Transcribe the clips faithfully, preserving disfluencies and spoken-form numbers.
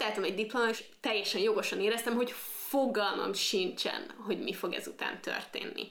csináltam egy diplomát, és teljesen jogosan éreztem, hogy fogalmam sincsen, hogy mi fog ezután történni.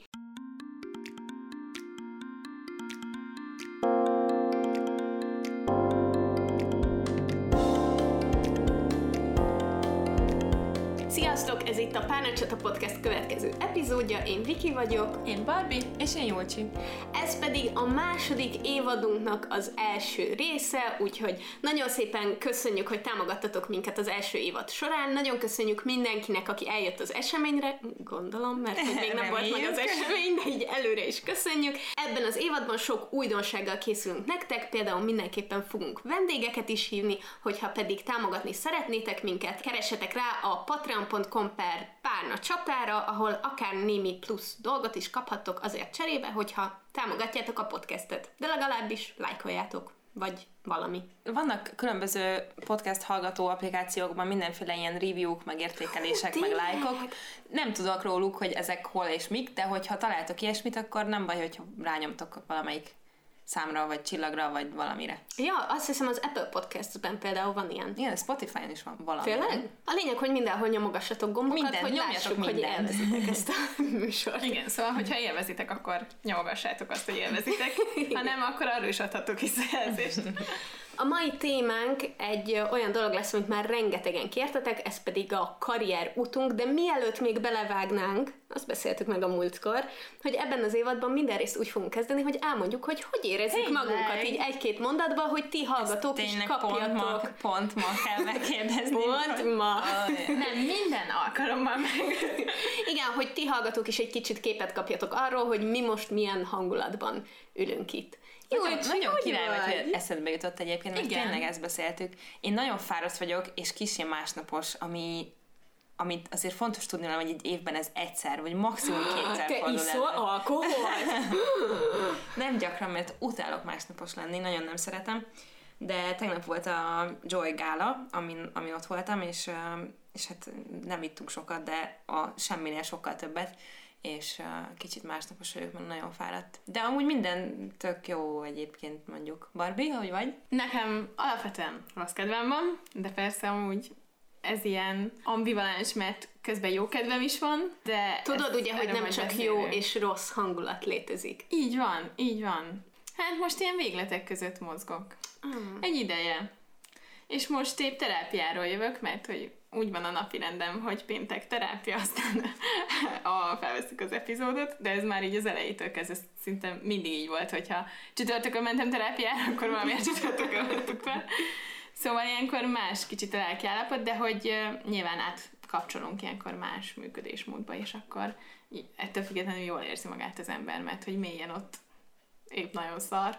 Sziasztok! Ez itt a Párnacsata Podcast következő epizódja. Én Viki vagyok. Én Barbie. És én Júlcsi. Ez pedig a második évadunknak az első része, úgyhogy nagyon szépen köszönjük, hogy támogattatok minket az első évad során. Nagyon köszönjük mindenkinek, aki eljött az eseményre. Gondolom, mert hogy még nem volt meg az esemény, de így előre is köszönjük. Ebben az évadban sok újdonsággal készülünk nektek, például mindenképpen fogunk vendégeket is hívni, hogyha pedig támogatni szeretnétek minket, keressetek rá a patreon pont com per párna csatára, ahol akár némi plusz dolgot is kaphattok azért cserébe, hogyha támogatjátok a podcastet. De legalábbis lájkoljátok, vagy valami. Vannak különböző podcast hallgató applikációkban mindenféle ilyen review-k, meg értékelések, Hú, meg lájkok. Nem tudok róluk, hogy ezek hol és mik, de hogyha találtok ilyesmit, akkor nem baj, hogyha rányomtok valamelyik számra, vagy csillagra, vagy valamire. Ja, azt hiszem az Apple Podcast-ben például van ilyen. Igen, Spotify-on is van valami. Tényleg? A lényeg, hogy mindenhol nyomogassatok gombokat, Minden, hogy lássuk, minden. hogy élvezitek ezt a műsort. Igen, szóval, hogyha élvezitek, akkor nyomogassátok azt, hogy élvezitek. Ha nem, akkor arról is adhatok visszajelzést. A mai témánk egy olyan dolog lesz, amit már rengetegen kértetek, ez pedig a karrier utunk, de mielőtt még belevágnánk, azt beszéltük meg a múltkor, hogy ebben az évadban minden részt úgy fogunk kezdeni, hogy elmondjuk, hogy hogy érezzük Tényleg? magunkat így egy-két mondatban, hogy ti hallgatók is kapjatok. Pont ma, pont ma kell megkérdezni. Pont ma. Nem, minden alkalommal meg. Igen, hogy ti hallgatók is egy kicsit képet kapjatok arról, hogy mi most milyen hangulatban ülünk itt. Jó, Jó, nagyon hogy király vagy, vagy? hogy eszedbe jutott egyébként, mert Igen. tényleg ezt beszéltük. Én nagyon fáradt vagyok, és kissé másnapos, ami, amit azért fontos tudni, hogy egy évben ez egyszer, vagy maximum kétszer Te fordul iszol elő. alkoholt? Nem gyakran, mert utálok másnapos lenni, nagyon nem szeretem. De tegnap volt a Joy Gála, amin, amin ott voltam, és, és hát nem ittunk sokat, de a semminél sokkal többet, és uh, kicsit másnapos vagyok, mert nagyon fáradt. De amúgy minden tök jó egyébként, mondjuk. Barbie, hogy vagy? Nekem alapvetően rossz kedvem van, de persze amúgy ez ilyen ambivalens, mert közben jó kedvem is van, de... Tudod ugye, hogy nem csak beszélünk. jó és rossz hangulat létezik. Így van, így van. Hát most ilyen végletek között mozgok. Mm. Egy ideje. És most épp terápiáról jövök, mert hogy úgy van a napi rendem, hogy péntek terápia, aztán a, felveszük az epizódot, de ez már így az elejétől kezdve szinte mindig így volt, hogyha csütörtökön mentem terápiára, akkor valamiért csütörtökön mentük fel. Szóval ilyenkor más kicsit a lelkiállapot, de hogy uh, nyilván átkapcsolunk ilyenkor más működésmódba, és akkor így, ettől függetlenül jól érzi magát az ember, mert hogy mélyen ott épp nagyon szar.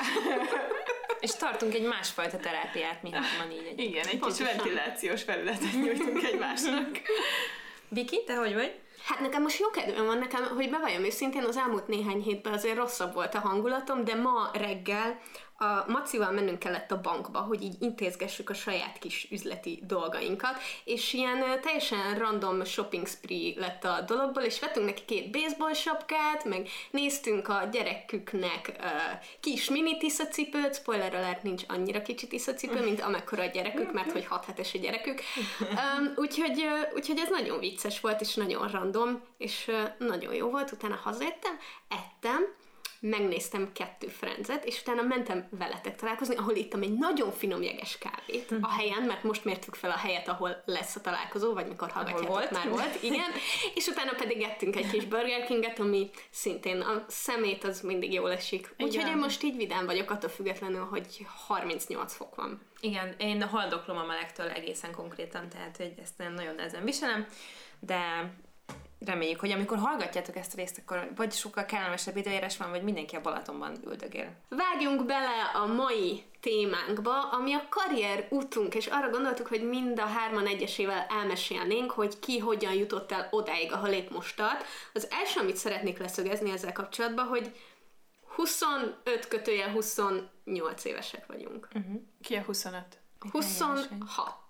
És tartunk egy másfajta terápiát, mint van így. Egy Igen, egy kis Pontosan. ventilációs felületet nyújtunk egymásnak. Viki, te hogy vagy? Hát nekem most jó kedvem van nekem, hogy bevalljam őszintén, az elmúlt néhány hétben azért rosszabb volt a hangulatom, de ma reggel a Macival mennünk kellett a bankba, hogy így intézgessük a saját kis üzleti dolgainkat, és ilyen ö, teljesen random shopping spree lett a dologból, és vettünk neki két baseball sapkát, meg néztünk a gyereküknek ö, kis mini tiszacipőt, spoiler alert, nincs annyira kicsi tiszacipő, mint amekkora a gyerekük, mert hogy hat hetes a gyerekük. Um, úgyhogy, ö, úgyhogy ez nagyon vicces volt, és nagyon random, és ö, nagyon jó volt, utána hazajöttem, ettem, megnéztem kettő Friendset, és utána mentem veletek találkozni, ahol ittam egy nagyon finom jeges kávét a helyen, mert most mértük fel a helyet, ahol lesz a találkozó, vagy mikor hallgatjátok, volt. már volt, igen, és utána pedig ettünk egy kis Burger Kinget, ami szintén a szemét az mindig jól esik. Úgyhogy Igen. én most így vidám vagyok, attól függetlenül, hogy harmincnyolc fok van. Igen, én haldoklom a melegtől egészen konkrétan, tehát hogy ezt nem nagyon nehezen viselem, de reméljük, hogy amikor hallgatjátok ezt a részt, akkor vagy sokkal kellemesebb időjárás van, vagy mindenki a Balatonban üldögél. Vágjunk bele a mai témánkba, ami a karrier útunk, és arra gondoltuk, hogy mind a hárman egyesével elmesélnénk, hogy ki hogyan jutott el odáig, ahol épp most tart. Az első, amit szeretnék leszögezni ezzel kapcsolatban, hogy huszonöt kötőjel huszonnyolc évesek vagyunk. Uh-huh. Ki a huszonöt? huszonhat.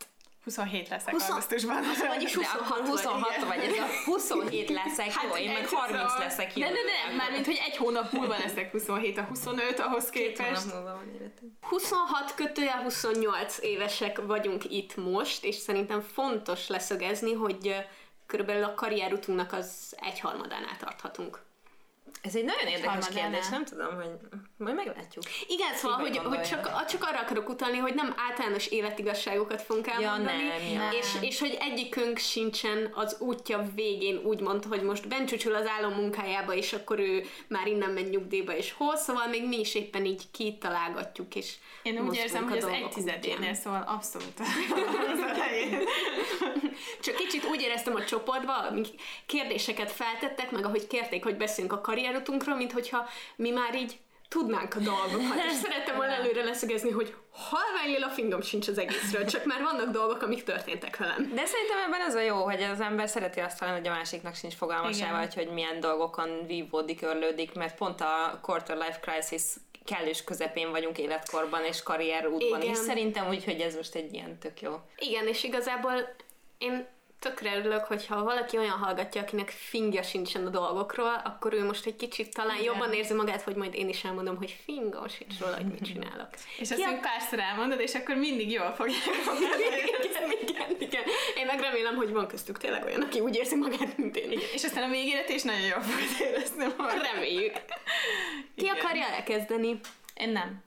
huszonhét leszek húsz augusztusban. Vagyis huszonhat, huszonhat vagy, ez a huszonhét leszek, hát jó, én meg harminc szóval... leszek. Ne, ne, ne, mármint, hogy egy hónap múlva leszek huszonhét, a huszonöt ahhoz képest. huszonhat kötője huszonnyolc évesek vagyunk itt most, és szerintem fontos leszögezni, hogy körülbelül a karrierutunknak az egyharmadánál tarthatunk. Ez egy nagyon érdekes kérdés, nem tudom, hogy majd meglátjuk. Igen, szóval, hogy, hogy csak, csak arra akarok utalni, hogy nem általános életigazságokat fogunk elmondani, ja, nem, ja. És, és hogy egyikünk sincsen az útja végén úgy mondta, hogy most bencsúcsul az álom munkájába, és akkor ő már innen megy nyugdíjba, és hol, szóval még mi is éppen így kitalálgatjuk, és én úgy érzem, hogy az egy tizedénél, szóval abszolút az elején. Csak kicsit úgy éreztem a csoportban, amik kérdéseket feltettek, meg ahogy kérték, hogy beszéljünk a karrierutunkról, mint hogyha mi már így tudnánk a dolgokat, és szerettem volna előre leszögezni, hogy halvány lila fingom sincs az egészről, csak már vannak dolgok, amik történtek velem. De szerintem ebben az a jó, hogy az ember szereti azt talán, hogy a másiknak sincs fogalmasával, hogy, hogy milyen dolgokon vívódik, örlődik, mert pont a quarter life crisis kellős közepén vagyunk életkorban és karrierútban is szerintem, úgyhogy ez most egy ilyen tök jó. Igen, és igazából én tökre örülök, hogyha valaki olyan hallgatja, akinek fingja sincsen a dolgokról, akkor ő most egy kicsit talán igen. jobban érzi magát, hogy majd én is elmondom, hogy fingom sincs róla, hogy mit csinálok. És azt még párszor elmondod, és akkor mindig jól fogják igen, igen, igen. Én meg remélem, hogy van köztük tényleg olyan, aki úgy érzi magát, mint én. Igen. És aztán a végére is nagyon jól fogod érezni magad. Reméljük. Ki igen. akarja elkezdeni? Én nem.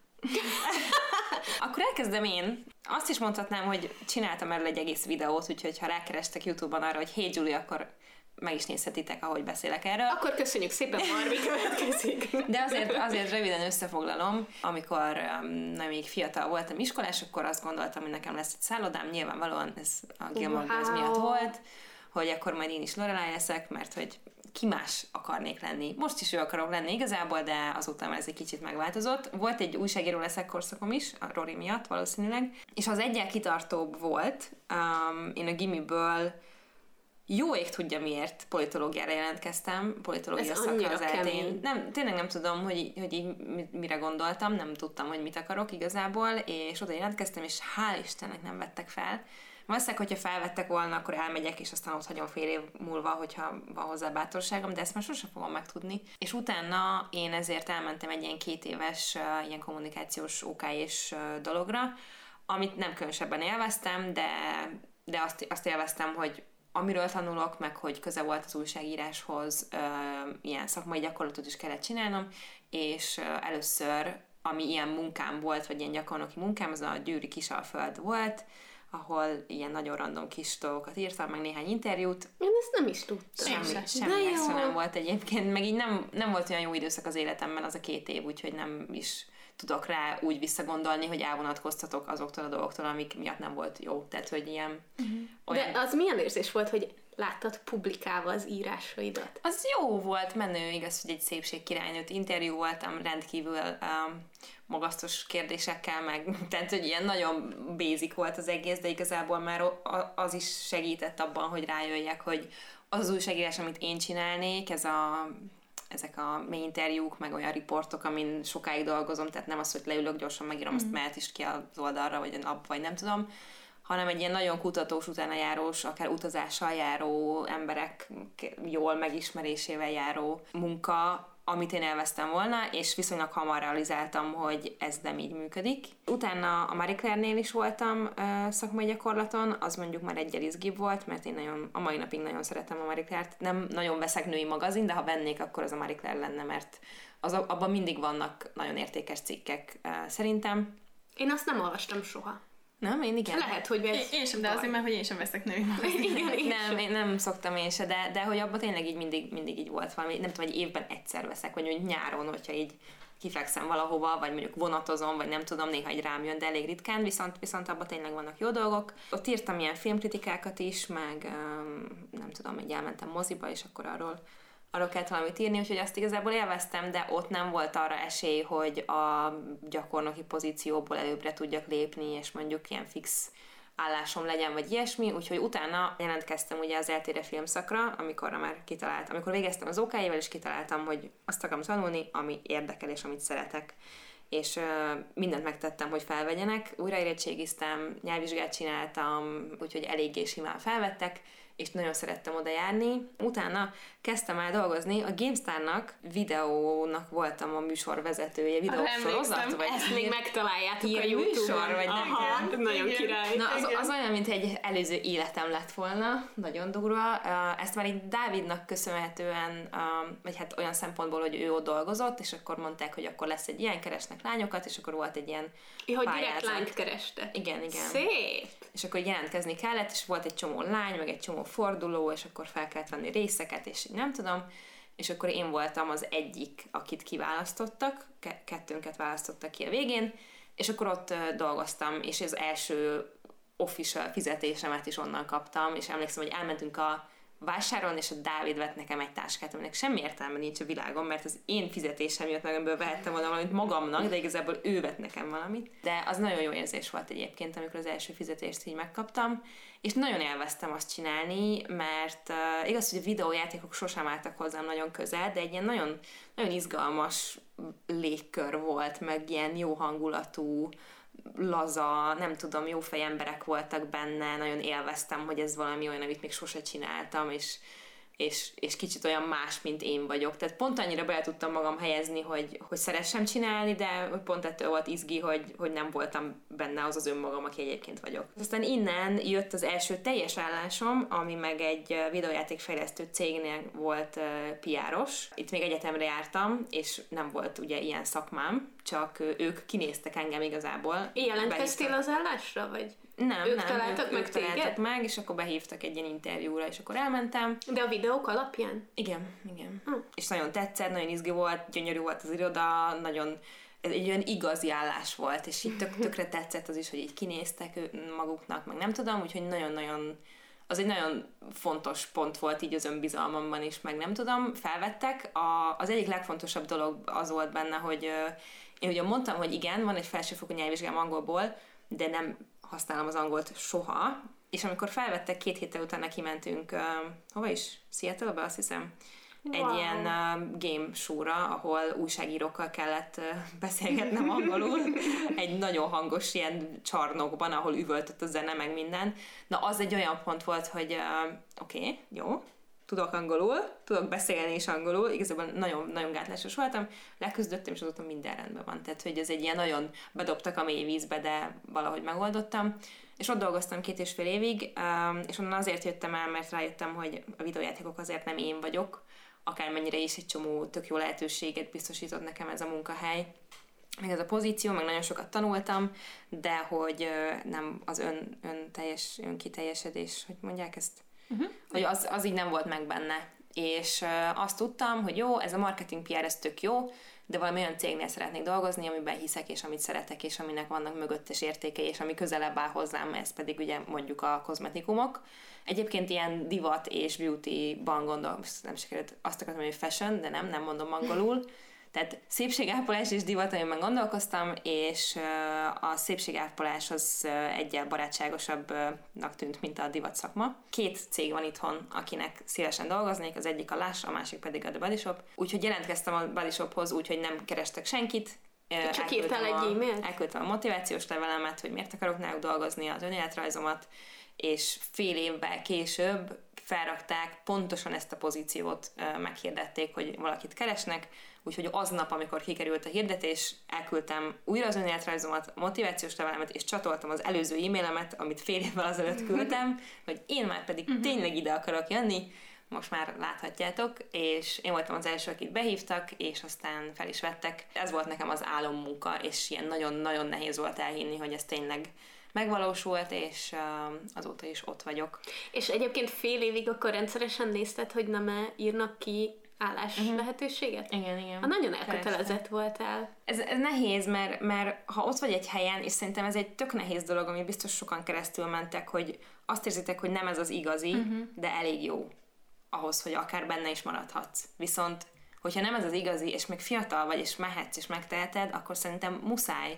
Akkor elkezdem én. Azt is mondhatnám, hogy csináltam erről egy egész videót, úgyhogy ha rákerestek YouTube-on arra, hogy hey Julie, akkor meg is nézhetitek, ahogy beszélek erről. Akkor köszönjük szépen, Marvi, következik. De azért, azért röviden összefoglalom, amikor um, nem még fiatal voltam iskolás, akkor azt gondoltam, hogy nekem lesz egy szállodám, nyilvánvalóan ez a Gilmore wow. Girls miatt volt, hogy akkor majd én is Lorelai leszek, mert hogy ki más akarnék lenni. Most is ő akarok lenni igazából, de azóta már ez egy kicsit megváltozott. Volt egy újságíró leszek korszakom is, a Rory miatt valószínűleg, és az egyel kitartóbb volt. Um, én a gimiből jó ég tudja miért politológiára jelentkeztem, politológia szakra az eltén. Nem, tényleg nem tudom, hogy, hogy így mire gondoltam, nem tudtam, hogy mit akarok igazából, és oda jelentkeztem, és hál' Istennek nem vettek fel. Valószínűleg, hogyha felvettek volna, akkor elmegyek, és aztán ott hagyom fél év múlva, hogyha van hozzá bátorságom, de ezt már sosem fogom megtudni. És utána én ezért elmentem egy ilyen két éves uh, ilyen kommunikációs ó ká és uh, dologra, amit nem különösebben élveztem, de, de azt, azt élveztem, hogy amiről tanulok, meg hogy köze volt az újságíráshoz, uh, ilyen szakmai gyakorlatot is kellett csinálnom, és uh, először, ami ilyen munkám volt, vagy ilyen gyakornoki munkám, az a Győri Kisalföld volt, ahol ilyen nagyon random kis dolgokat írtam, meg néhány interjút. Én ezt nem is tudtam. Semmi, semmi extra nem volt egyébként, meg így nem, nem volt olyan jó időszak az életemben az a két év, úgyhogy nem is tudok rá úgy visszagondolni, hogy elvonatkoztatok azoktól a dolgoktól, amik miatt nem volt jó. Tehát, hogy ilyen... Uh-huh. Olyan... De az milyen érzés volt, hogy láttad publikálva az írásaidat? Az jó volt, menő, igaz, hogy egy szépségkirálynőt interjú voltam, rendkívül um, magasztos kérdésekkel, meg tehát, hogy ilyen nagyon basic volt az egész, de igazából már az is segített abban, hogy rájöjjek, hogy az az újságírás, amit én csinálnék, ez a ezek a mély interjúk, meg olyan riportok, amin sokáig dolgozom, tehát nem az, hogy leülök, gyorsan megírom, mm. azt mehet is ki az oldalra, vagy a nap, vagy nem tudom, hanem egy ilyen nagyon kutatós, utánajárós, akár utazással járó, emberek jól megismerésével járó munka, amit én elvesztem volna, és viszonylag hamar realizáltam, hogy ez nem így működik. Utána a Marie Claire-nél is voltam uh, szakmai gyakorlaton, az mondjuk már egyel izgibb volt, mert én nagyon, a mai napig nagyon szeretem a Marie Claire-t. Nem nagyon veszek női magazin, de ha vennék, akkor az a Marie Claire lenne, mert az, abban mindig vannak nagyon értékes cikkek uh, szerintem. Én azt nem olvastam soha. Nem, én igen. Lehet, hogy én, én sem, de azért, mert hogy én sem veszek női magazin. Igen, én nem, én nem szoktam én se, de, de hogy abban tényleg így mindig, mindig így volt valami, nem tudom, hogy évben egyszer veszek, vagy hogy nyáron, hogyha így kifekszem valahova, vagy mondjuk vonatozom, vagy nem tudom, néha így rám jön, de elég ritkán, viszont, viszont abban tényleg vannak jó dolgok. Ott írtam ilyen filmkritikákat is, meg um, nem tudom, így elmentem moziba, és akkor arról arról kellett valamit írni, úgyhogy azt igazából élveztem, de ott nem volt arra esély, hogy a gyakornoki pozícióból előbbre tudjak lépni, és mondjuk ilyen fix állásom legyen, vagy ilyesmi, úgyhogy utána jelentkeztem ugye az eltére filmszakra, amikor már kitaláltam, amikor végeztem az ó ká-jével, és kitaláltam, hogy azt akarom tanulni, ami érdekel, és amit szeretek. és uh, mindent megtettem, hogy felvegyenek. Újraérettségiztem, nyelvvizsgát csináltam, úgyhogy eléggé simán felvettek, és nagyon szerettem oda járni. Utána kezdtem el dolgozni, a GameStar-nak videónak voltam a műsorvezetője, videósorozat, vagy ezt még megtaláljátok ilyen a YouTube-on. műsor, vagy Aha, nem. nagyon Igen. király. Na, az, az olyan, mint egy előző életem lett volna, nagyon durva. Ezt már így Dávidnak köszönhetően, vagy hát olyan szempontból, hogy ő ott dolgozott, és akkor mondták, hogy akkor lesz egy ilyen, keresnek lányokat, és akkor volt egy ilyen Ja, hogy pályázat. direkt lányt kereste. Igen, igen. Szép! És akkor jelentkezni kellett, és volt egy csomó lány, meg egy csomó forduló, és akkor fel kellett venni részeket, és nem tudom, és akkor én voltam az egyik, akit kiválasztottak, ke- kettőnket választottak ki a végén, és akkor ott uh, dolgoztam, és az első official fizetésemet is onnan kaptam, és emlékszem, hogy elmentünk a vásáron, és a Dávid vett nekem egy táskát, aminek semmi értelme nincs a világon, mert az én fizetésem miatt meg ebből vehettem volna valamit magamnak, de igazából ő vett nekem valamit. De az nagyon jó érzés volt egyébként, amikor az első fizetést így megkaptam, és nagyon élveztem azt csinálni, mert uh, igaz, hogy a videójátékok sosem álltak hozzám nagyon közel, de egy ilyen nagyon, nagyon izgalmas légkör volt, meg ilyen jó hangulatú, laza, nem tudom, jó fej emberek voltak benne, nagyon élveztem, hogy ez valami olyan, amit még sose csináltam, és, és, és kicsit olyan más, mint én vagyok. Tehát pont annyira bele tudtam magam helyezni, hogy, hogy szeressem csinálni, de pont ettől volt izgi, hogy, hogy nem voltam benne az az önmagam, aki egyébként vagyok. Aztán innen jött az első teljes állásom, ami meg egy videójátékfejlesztő cégnél volt uh, pé er-os. Itt még egyetemre jártam, és nem volt ugye ilyen szakmám, csak ők kinéztek engem igazából. Jelentkeztél az állásra, vagy? Nem, ők nem, találtak ők, meg ők találtak téged? meg, és akkor behívtak egy ilyen interjúra, és akkor elmentem. De a videók alapján? Igen, igen. Hm. És nagyon tetszett, nagyon izgi volt, gyönyörű volt az iroda, nagyon, ez egy olyan igazi állás volt, és így tök, tökre tetszett az is, hogy így kinéztek ő, maguknak, meg nem tudom, úgyhogy nagyon-nagyon, az egy nagyon fontos pont volt így az önbizalmamban is, meg nem tudom, felvettek. A, az egyik legfontosabb dolog az volt benne, hogy én ugye mondtam, hogy igen, van egy felsőfokú nyelvvizsgám angolból, de nem használom az angolt soha, és amikor felvettek, két héttel utána kimentünk, uh, hova is? Seattle-be, azt hiszem, wow. Egy ilyen uh, game show-ra, ahol újságírókkal kellett uh, beszélgetnem angolul, egy nagyon hangos ilyen csarnokban, ahol üvöltött a zene, meg minden. Na, az egy olyan pont volt, hogy uh, oké, okay, jó, tudok angolul, tudok beszélni is angolul, igazából nagyon-nagyon gátlásos voltam, leküzdöttem, és azóta minden rendben van. Tehát, hogy ez egy ilyen nagyon bedobtak a mély vízbe, de valahogy megoldottam. És ott dolgoztam két és fél évig, és onnan azért jöttem el, mert rájöttem, hogy a videójátékok azért nem én vagyok, akármennyire is egy csomó tök jó lehetőséget biztosított nekem ez a munkahely, meg ez a pozíció, meg nagyon sokat tanultam, de hogy nem az ön, ön teljes, önkiteljesedés, hogy mondják ezt? Uh-huh. Hogy az, az így nem volt meg benne. És uh, azt tudtam, hogy jó, ez a marketing pé er, ez tök jó, de valami olyan cégnél szeretnék dolgozni, amiben hiszek, és amit szeretek, és aminek vannak mögöttes értékei, és ami közelebb áll hozzám, ez pedig ugye mondjuk a kozmetikumok. Egyébként ilyen divat és beauty-ban gondolom, nem sikerült, azt akartam, hogy fashion, de nem, nem mondom angolul. Tehát szépségápolás és divat, amiben gondolkoztam, és a szépségápolás az egyel barátságosabbnak tűnt, mint a divat szakma. Két cég van itthon, akinek szívesen dolgoznék, az egyik a Lush, a másik pedig a The Body Shop. Úgyhogy jelentkeztem a Body Shophoz, úgyhogy nem kerestek senkit. Csak írtál egy e-mailt? Elküldtem a motivációs levelemet, hogy miért akarok náluk dolgozni, az önéletrajzomat, és fél évvel később felrakták, pontosan ezt a pozíciót meghirdették, hogy valakit keresnek, úgyhogy aznap, amikor kikerült a hirdetés, elküldtem újra az önéletrajzomat, motivációs levelemet, és csatoltam az előző e-mailemet, amit fél évvel azelőtt küldtem, hogy én már pedig tényleg ide akarok jönni, most már láthatjátok, és én voltam az első, akit behívtak, és aztán fel is vettek. Ez volt nekem az álommunka, és ilyen nagyon-nagyon nehéz volt elhinni, hogy ez tényleg megvalósult, és uh, azóta is ott vagyok. És egyébként fél évig akkor rendszeresen nézted, hogy nem írnak ki állás uh-huh. lehetőséget? Igen, igen. Ha nagyon elkötelezett voltál. Ez, ez nehéz, mert, mert ha ott vagy egy helyen, és szerintem ez egy tök nehéz dolog, ami biztos sokan keresztül mentek, hogy azt érzitek, hogy nem ez az igazi, uh-huh. de elég jó ahhoz, hogy akár benne is maradhatsz. Viszont, hogyha nem ez az igazi, és még fiatal vagy, és mehetsz, és megteheted, akkor szerintem muszáj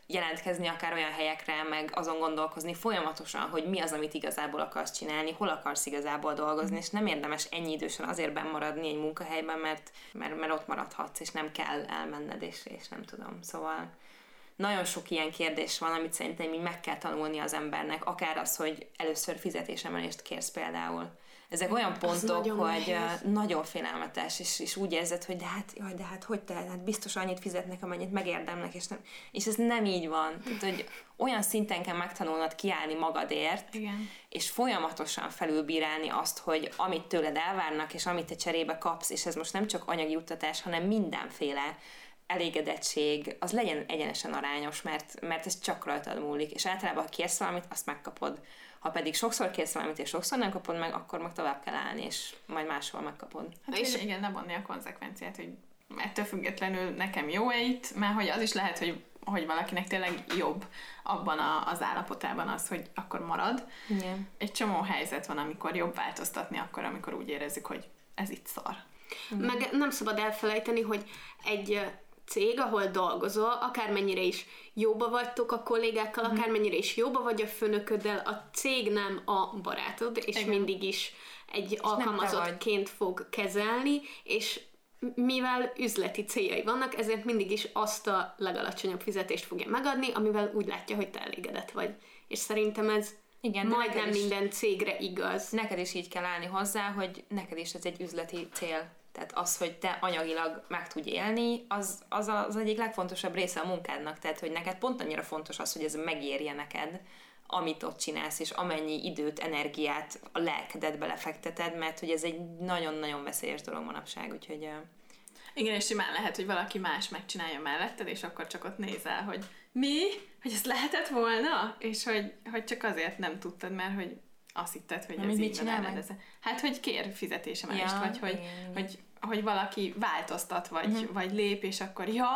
jelentkezni akár olyan helyekre, meg azon gondolkozni folyamatosan, hogy mi az, amit igazából akarsz csinálni, hol akarsz igazából dolgozni, és nem érdemes ennyi idősen azért benn maradni egy munkahelyben, mert, mert, mert ott maradhatsz, és nem kell elmenned, és, és nem tudom. Szóval nagyon sok ilyen kérdés van, amit szerintem így meg kell tanulni az embernek, akár az, hogy először fizetésemelést kérsz például. Ezek olyan pontok, nagyon hogy nehéz. Nagyon félelmetes, és, és úgy érzed, hogy de hát, jaj, de hát hogy te, hát biztos annyit fizetnek, amennyit megérdemnek, és, nem, és ez nem így van. Tehát, hogy olyan szinten kell megtanulnod kiállni magadért, igen. és folyamatosan felülbírálni azt, hogy amit tőled elvárnak, és amit te cserébe kapsz, és ez most nem csak anyagi juttatás, hanem mindenféle elégedettség, az legyen egyenesen arányos, mert, mert ez csak rajtad múlik, és általában, ha kérsz valamit, azt megkapod. Ha pedig sokszor kérsz valamit, és sokszor nem kapod meg, akkor meg tovább kell állni, és majd máshol megkapod. Hát és igen, levonni a konzekvenciát, hogy ettől függetlenül nekem jó-e itt, mert hogy az is lehet, hogy, hogy valakinek tényleg jobb abban a, az állapotában az, hogy akkor marad. Igen. Egy csomó helyzet van, amikor jobb változtatni, akkor, amikor úgy érezzük, hogy ez itt szar. Igen. Meg nem szabad elfelejteni, hogy egy cég, ahol dolgozol, akármennyire is jóba vagytok a kollégákkal, mm. akármennyire is jóba vagy a főnököddel, a cég nem a barátod, és igen. mindig is egy és alkalmazottként fog kezelni, és mivel üzleti céljai vannak, ezért mindig is azt a legalacsonyabb fizetést fogja megadni, amivel úgy látja, hogy te elégedett vagy. És szerintem ez igen, majdnem minden cégre igaz. Neked is így kell állni hozzá, hogy neked is ez egy üzleti cél. Tehát az, hogy te anyagilag meg tudj élni, az, az az egyik legfontosabb része a munkádnak. Tehát, hogy neked pont annyira fontos az, hogy ez megérje neked, amit ott csinálsz, és amennyi időt, energiát, a lelkedet belefekteted, mert hogy ez egy nagyon-nagyon veszélyes dolog manapság, úgyhogy... Igen, és simán lehet, hogy valaki más megcsinálja melletted, és akkor csak ott nézel, hogy mi? Hogy ez lehetett volna? És hogy, hogy csak azért nem tudtad, mert hogy azt hitted, hogy nem, ez így van. Hát, hogy kér fizetésemelést, ja, vagy hogy, igen, hogy, hogy valaki változtat, vagy, uh-huh. vagy lép, és akkor ja.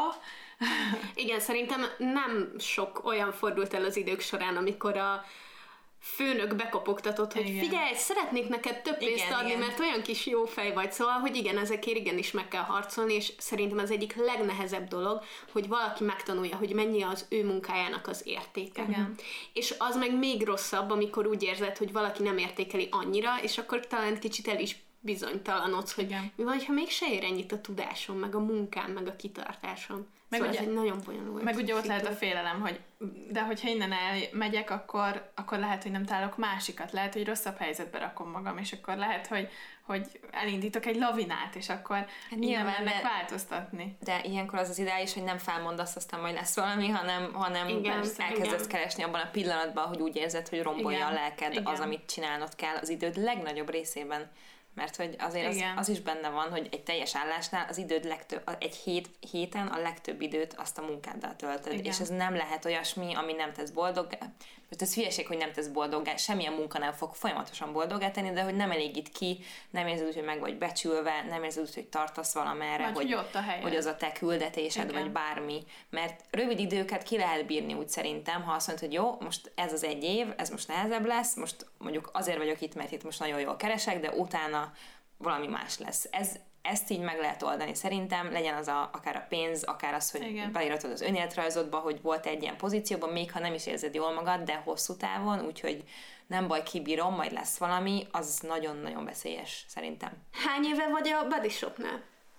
Igen, szerintem nem sok olyan fordult el az idők során, amikor a főnök bekopogtatott, hogy igen. figyelj, szeretnék neked több pénzt igen, adni, igen. mert olyan kis jó fej vagy, szóval, hogy igen, ezekért igenis meg kell harcolni, és szerintem az egyik legnehezebb dolog, hogy valaki megtanulja, hogy mennyi az ő munkájának az értéke. Igen. És az meg még rosszabb, amikor úgy érzed, hogy valaki nem értékeli annyira, és akkor talán kicsit el is bizonytalanodsz, hogy igen. mi van, ha mégse ér ennyit a tudásom, meg a munkám, meg a kitartásom. Meg szóval ugye, ez egy nagyon bonyolult. Meg ugye ott lehet a félelem, hogy de hogyha innen elmegyek, akkor, akkor lehet, hogy nem találok másikat. Lehet, hogy rosszabb helyzetbe rakom magam, és akkor lehet, hogy, hogy elindítok egy lavinát, és akkor hát nyilván meg változtatni. De ilyenkor az az ideális, hogy nem felmondasz, aztán majd lesz valami, hanem, hanem igen, elkezdesz igen. keresni abban a pillanatban, hogy úgy érzed, hogy rombolja igen, a lelked igen. az, amit csinálnod kell az időd legnagyobb részében. Mert hogy azért az, az is benne van, hogy egy teljes állásnál az időd legtöbb, egy hét, héten a legtöbb időt azt a munkáddal töltöd. Igen. És ez nem lehet olyasmi, ami nem tesz boldoggá. Most ez hülyeség, hogy nem tesz boldoggá, semmilyen munka nem fog folyamatosan boldoggá tenni, de hogy nem elégít ki, nem érzed úgy, hogy meg vagy becsülve, nem érzed úgy, hogy tartasz valamerre, vagy, hogy, hogy, hogy az a te küldetésed, igen. vagy bármi. Mert rövid időket ki lehet bírni úgy szerintem, ha azt mondod, hogy jó, most ez az egy év, ez most nehezebb lesz, most mondjuk azért vagyok itt, mert itt most nagyon jól keresek, de utána valami más lesz. Ez, ezt így meg lehet oldani. Szerintem legyen az a, akár a pénz, akár az, hogy igen. beíratod az önéletrajzodba, hogy volt egy ilyen pozícióban, még ha nem is érzed jól magad, de hosszú távon, úgyhogy nem baj, kibírom, majd lesz valami, az nagyon-nagyon veszélyes szerintem. Hány éve vagy a Body Shopnál?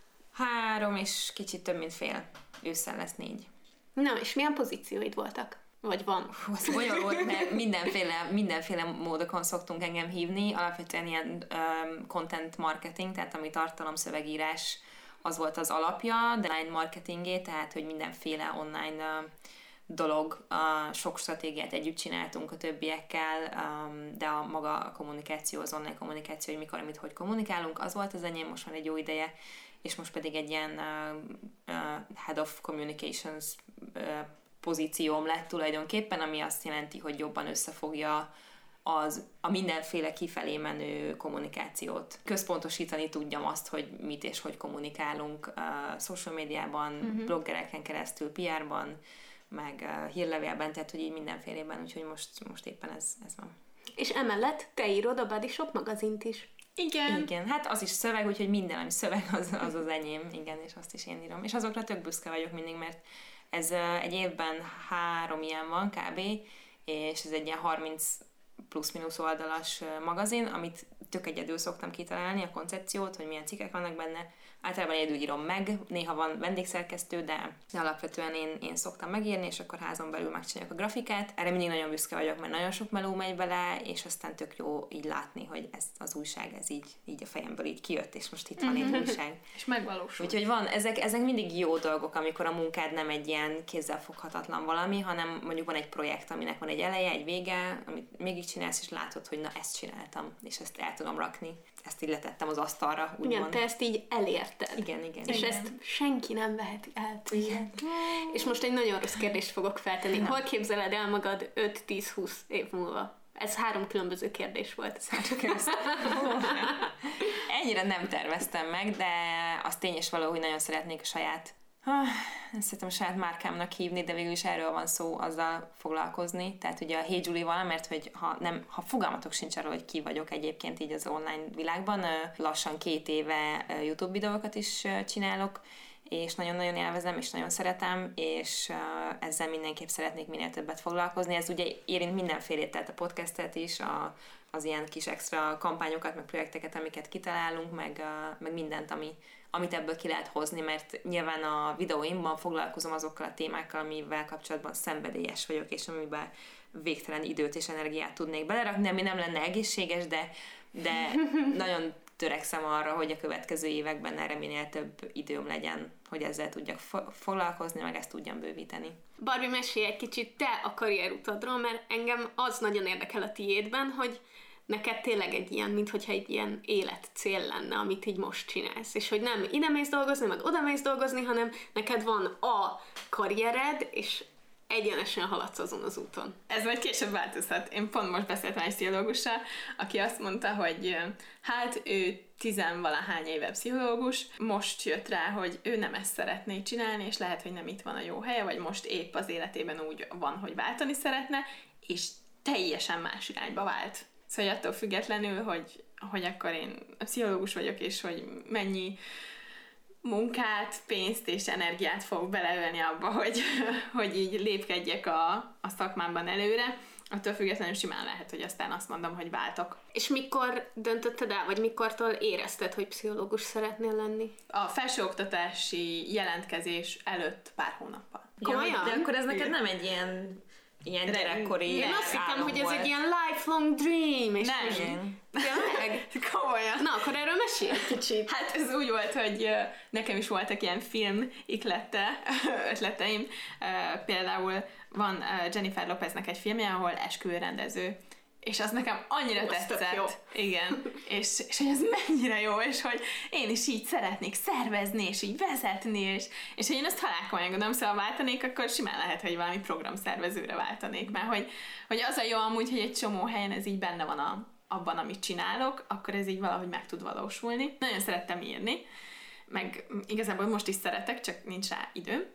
Három és kicsit több, mint fél. Ősszel lesz négy. Na, és milyen pozícióid voltak? Vagy van? Az bonyolult, mert mindenféle, mindenféle módokon szoktunk engem hívni, alapvetően ilyen um, content marketing, tehát ami tartalomszövegírás, az volt az alapja, de online marketingé, tehát hogy mindenféle online uh, dolog, uh, sok stratégiát együtt csináltunk a többiekkel, um, de a maga a kommunikáció, az online kommunikáció, hogy mikor, amit, hogy kommunikálunk, az volt az enyém, most van egy jó ideje, és most pedig egy ilyen uh, uh, Head of Communications uh, pozícióm lett tulajdonképpen, ami azt jelenti, hogy jobban összefogja az, a mindenféle kifelé menő kommunikációt. Központosítani tudjam azt, hogy mit és hogy kommunikálunk uh, social médiában, uh-huh. bloggereken keresztül, pé er-ban, meg uh, hírlevélben, tehát hogy így mindenfélében, úgyhogy most, most éppen ez, ez van. És emellett te írod a Body Shop magazint is. Igen. Igen, hát az is szöveg, úgyhogy minden, ami szöveg, az az, az enyém, igen, és azt is én írom. És azokra tök büszke vagyok mindig, mert Ez egy évben három ilyen van kb. És ez egy ilyen harminc plusz-minusz oldalas magazin, amit tök egyedül szoktam kitalálni, a koncepciót, hogy milyen cikkek vannak benne. Általában egyedül írom meg, néha van vendégszerkesztő, de alapvetően én, én szoktam megírni, és akkor házon belül megcsináljuk a grafikát. Erre mindig nagyon büszke vagyok, mert nagyon sok meló megy bele, és aztán tök jó így látni, hogy ez az újság, ez így, így a fejemből így kijött, és most itt van egy újság. És megvalósul. Úgyhogy van, ezek, ezek mindig jó dolgok, amikor a munkád nem egy ilyen kézzelfoghatatlan valami, hanem mondjuk van egy projekt, aminek van egy eleje, egy vége, amit mégig csinálsz, és látod, hogy na ezt csináltam, és ezt el tudom rakni. Ezt így letettem az asztalra, úgymond. Igen, te ezt így elérted. Igen, igen. És igen. ezt senki nem veheti el. Igen. És most egy nagyon rossz kérdést fogok feltenni. Hol képzeled el magad öt-tíz-húsz év múlva? Ez három különböző kérdés volt. Ennyire nem terveztem meg, de az tény és való, hogy nagyon szeretnék a saját nem szeretem a saját márkámnak hívni, de végül is erről van szó, azzal foglalkozni. Tehát ugye a Hey Julie-val, mert hogy ha, nem, ha fogalmatok sincs arról, hogy ki vagyok egyébként így az online világban, lassan két éve YouTube videókat is csinálok, és nagyon-nagyon élvezem, és nagyon szeretem, és ezzel mindenképp szeretnék minél többet foglalkozni. Ez ugye érint mindenfélét, tehát a podcastet is, a, az ilyen kis extra kampányokat, meg projekteket, amiket kitalálunk, meg, meg mindent, ami, amit ebből ki lehet hozni, mert nyilván a videóimban foglalkozom azokkal a témákkal, amivel kapcsolatban szenvedélyes vagyok, és amiben végtelen időt és energiát tudnék belerakni, ami nem lenne egészséges, de, de nagyon törekszem arra, hogy a következő években erre minél több időm legyen, hogy ezzel tudjak fo- foglalkozni, meg ezt tudjam bővíteni. Barbie, mesélj egy kicsit te a karrierutadról, mert engem az nagyon érdekel a tiédben, hogy neked tényleg egy ilyen, minthogyha egy ilyen életcél lenne, amit így most csinálsz, és hogy nem ide mész dolgozni, meg oda mész dolgozni, hanem neked van a karriered, és egyenesen haladsz azon az úton. Ez majd később változhat. Én pont most beszéltem egy pszichológussal, aki azt mondta, hogy hát ő tizenvalahány éve pszichológus, most jött rá, hogy ő nem ezt szeretné csinálni, és lehet, hogy nem itt van a jó helye, vagy most épp az életében úgy van, hogy váltani szeretne, és teljesen más irányba vált. Szóval attól függetlenül, hogy, hogy akkor én pszichológus vagyok, és hogy mennyi munkát, pénzt és energiát fog beleölni abba, hogy, hogy így lépkedjek a, a szakmámban előre, attól függetlenül simán lehet, hogy aztán azt mondom, hogy váltok. És mikor döntötted el, vagy mikortól érezted, hogy pszichológus szeretnél lenni? A felsőoktatási jelentkezés előtt pár hónappal. Komolyan? De akkor ez neked nem egy ilyen, ilyen gyerekkori Én azt hittem, hogy ez volt. egy ilyen lifelong dream. És Nem. most... Tényleg? Komolyan. Na, akkor erről mesélj kicsit. Hát ez úgy volt, hogy nekem is voltak ilyen film iklette, ötleteim. Például van Jennifer Lopeznek egy filmje, ahol esküvőrendező. És az nekem annyira Ó, tetszett. jó. Igen. És, és hogy ez mennyire jó, és hogy én is így szeretnék szervezni, és így vezetni, és, és hogy én ezt halálkomolyan gondolom, szóval váltanék, akkor simán lehet, hogy valami programszervezőre váltanék, mert hogy, hogy az a jó amúgy, hogy egy csomó helyen ez így benne van a, abban, amit csinálok, akkor ez így valahogy meg tud valósulni. Nagyon szerettem írni, meg igazából most is szeretek, csak nincs rá időm.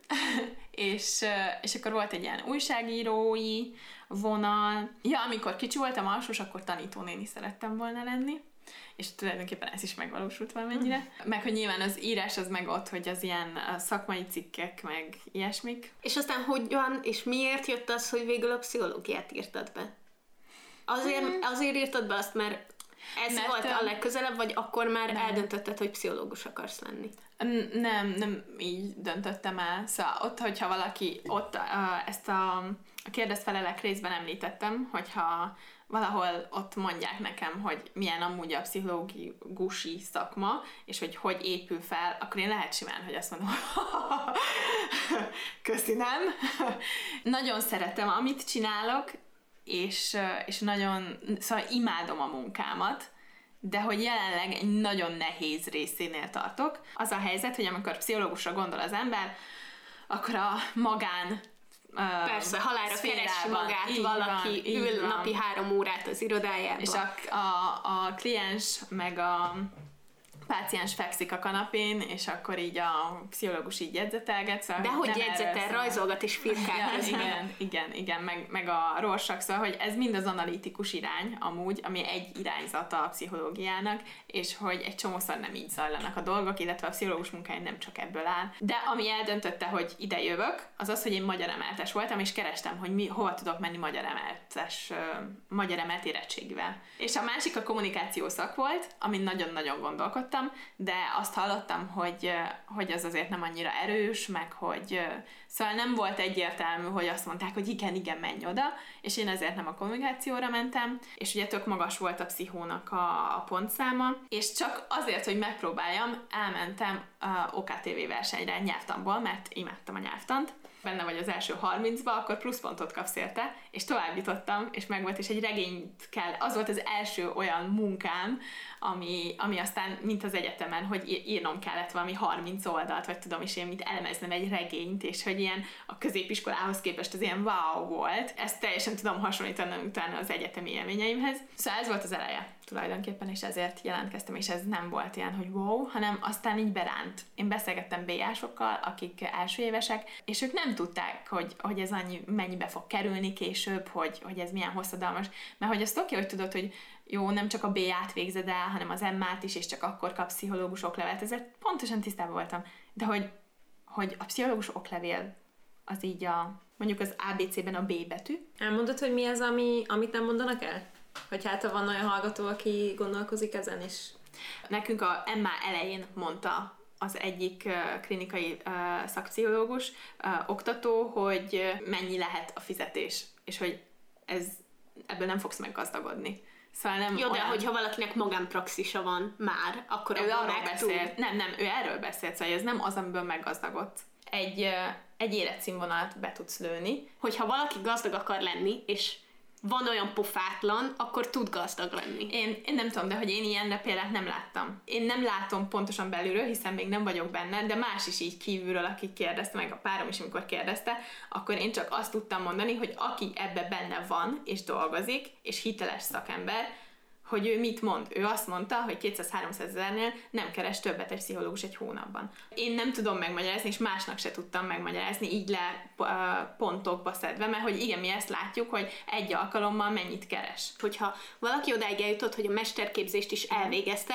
és, és akkor volt egy ilyen újságírói vonal. Ja, amikor kicsi voltam alsós, akkor tanítónéni szerettem volna lenni, és tulajdonképpen ez is megvalósult valamennyire. Meg, hogy nyilván az írás az meg ott, hogy az ilyen szakmai cikkek, meg ilyesmik. És aztán hogyan, és miért jött az, hogy végül a pszichológiát írtad be? Azért, hmm. azért írtad be azt, mert ez mert volt a legközelebb, vagy akkor már nem. eldöntötted, hogy pszichológus akarsz lenni? Nem, nem így döntöttem el. Szóval ott, hogyha valaki, ott uh, ezt a, a kérdezfelelek részben említettem, hogyha valahol ott mondják nekem, hogy milyen amúgy a pszichológusi szakma, és hogy hogy épül fel, akkor én lehet simán, hogy azt mondom, köszi, nem. Nagyon szeretem, amit csinálok, és, és nagyon, szóval imádom a munkámat, de hogy jelenleg egy nagyon nehéz részénél tartok. Az a helyzet, hogy amikor pszichológusra gondol az ember, akkor a magán Persze, uh, halálra keresi magát, így valaki van, ül napi három órát az irodájában. És a, a, a kliens meg a páciens fekszik a kanapén, és akkor így a pszichológus így jegyzetelget. Szóval de hogy jegyzetel, rajzolgat és firkál. Ja, igen, igen, igen, meg, meg a Rorschach, szóval, hogy ez mind az analitikus irány amúgy, ami egy irányzata a pszichológiának, és hogy egy csomószor nem így zajlanak a dolgok, illetve a pszichológus munkája nem csak ebből áll. De ami eldöntötte, hogy ide jövök, az az, hogy én magyar emeltes voltam, és kerestem, hogy mi, hova tudok menni magyar emeltes, uh, magyar emelt érettségvel. És a másik a kommunikáció szak volt, amin nagyon-nagyon gondolkodtam, de azt hallottam, hogy, hogy az azért nem annyira erős, meg hogy szóval nem volt egyértelmű, hogy azt mondták, hogy igen, igen, menj oda, és én ezért nem a kommunikációra mentem, és ugye tök magas volt a pszichónak a, a pontszáma, és csak azért, hogy megpróbáljam, elmentem a o ká té vé versenyre nyelvtanból, mert imádtam a nyelvtant, benne vagy az első harmincba, akkor pluszpontot kapsz érte, és továbbítottam, és megvolt, és egy regényt kell, az volt az első olyan munkám, ami, ami aztán, mint az egyetemen, hogy írnom kellett valami harminc oldalt, vagy tudom is én, mint elemeznem egy regényt, és hogy ilyen a középiskolához képest az ilyen wow volt. Ezt teljesen tudom hasonlítani utána az egyetemi élményeimhez. Szóval ez volt az eleje tulajdonképpen, és ezért jelentkeztem, és ez nem volt ilyen, hogy wow, hanem aztán így beránt. Én beszélgettem bé á-sokkal, akik első évesek, és ők nem tudták, hogy, hogy ez annyi, mennyibe fog kerülni később, hogy, hogy ez milyen hosszadalmas, mert hogy azt oké, hogy tudod, hogy jó, nem csak a bé á-t végzed el, hanem az em á-t is, és csak akkor kapsz pszichológus oklevelet. Ezzel pontosan tisztában voltam. De hogy, hogy a pszichológus oklevél az így a, mondjuk az á bé cé-ben a B betű. Elmondod, hogy mi az, ami, amit nem mondanak el? Hogy hát ha van olyan hallgató, aki gondolkozik ezen is. Nekünk a em á elején mondta az egyik uh, klinikai uh, szakpszichológus, uh, oktató, hogy mennyi lehet a fizetés, és hogy ez, ebből nem fogsz meggazdagodni. Szóval nem Jó, olyan... de hogyha valakinek magánpraxisa van már, akkor ő abban arról beszélt. tud. Nem, nem, ő erről beszélt, szóval ez nem az, amiből meggazdagodsz. Egy, uh, egy életszínvonalat be tudsz lőni. Hogyha valaki gazdag akar lenni, és van olyan pofátlan, akkor tud gazdag lenni. Én, én nem tudom, de hogy én ilyenre példát nem láttam. Én nem látom pontosan belülről, hiszen még nem vagyok benne, de más is így kívülről, aki kérdezte, meg a párom is, amikor kérdezte, akkor én csak azt tudtam mondani, hogy aki ebbe benne van, és dolgozik, és hiteles szakember, hogy ő mit mond. Ő azt mondta, hogy kétszáz-háromszáz ezernél nem keres többet egy pszichológus egy hónapban. Én nem tudom megmagyarázni, és másnak se tudtam megmagyarázni, így le pontokba szedve, mert hogy igen, mi ezt látjuk, hogy egy alkalommal mennyit keres. Hogyha valaki odáig eljutott, hogy a mesterképzést is elvégezte,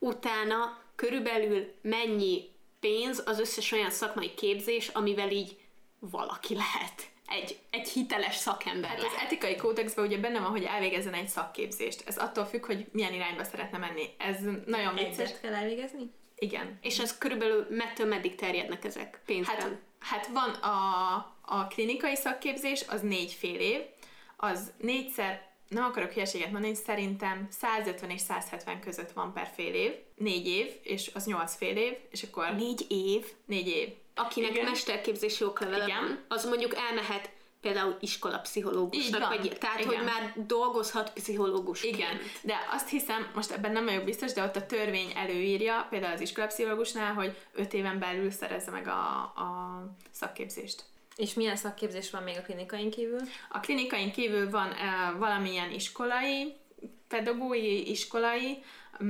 utána körülbelül mennyi pénz az összes olyan szakmai képzés, amivel így valaki lehet. Egy, egy hiteles szakember Hát lehet. az etikai kódexben ugye benne van, hogy elvégezzen egy szakképzést. Ez attól függ, hogy milyen irányba szeretne menni. Ez nagyon vicces. Egyszert kell elvégezni? Igen. És ez körülbelül mettől meddig terjednek ezek pénzben? Hát, hát van a, a klinikai szakképzés, az négy fél év, az négyszer, nem akarok hülyeséget mondani, szerintem százötven és száz hetven között van per fél év, négy év, és az nyolc fél év, és akkor... Négy év? Négy év. Akinek Igen. mesterképzési oklevele Igen. van, az mondjuk elmehet például iskolapszichológusnak, Így van. vagy, tehát Igen. hogy már dolgozhat pszichológusként. Igen, de azt hiszem, most ebben nem vagyok biztos, de ott a törvény előírja, például az iskolapszichológusnál, hogy öt éven belül szerezze meg a, a szakképzést. És milyen szakképzés van még a klinikain kívül? A klinikain kívül van uh, valamilyen iskolai, pedagógiai iskolai,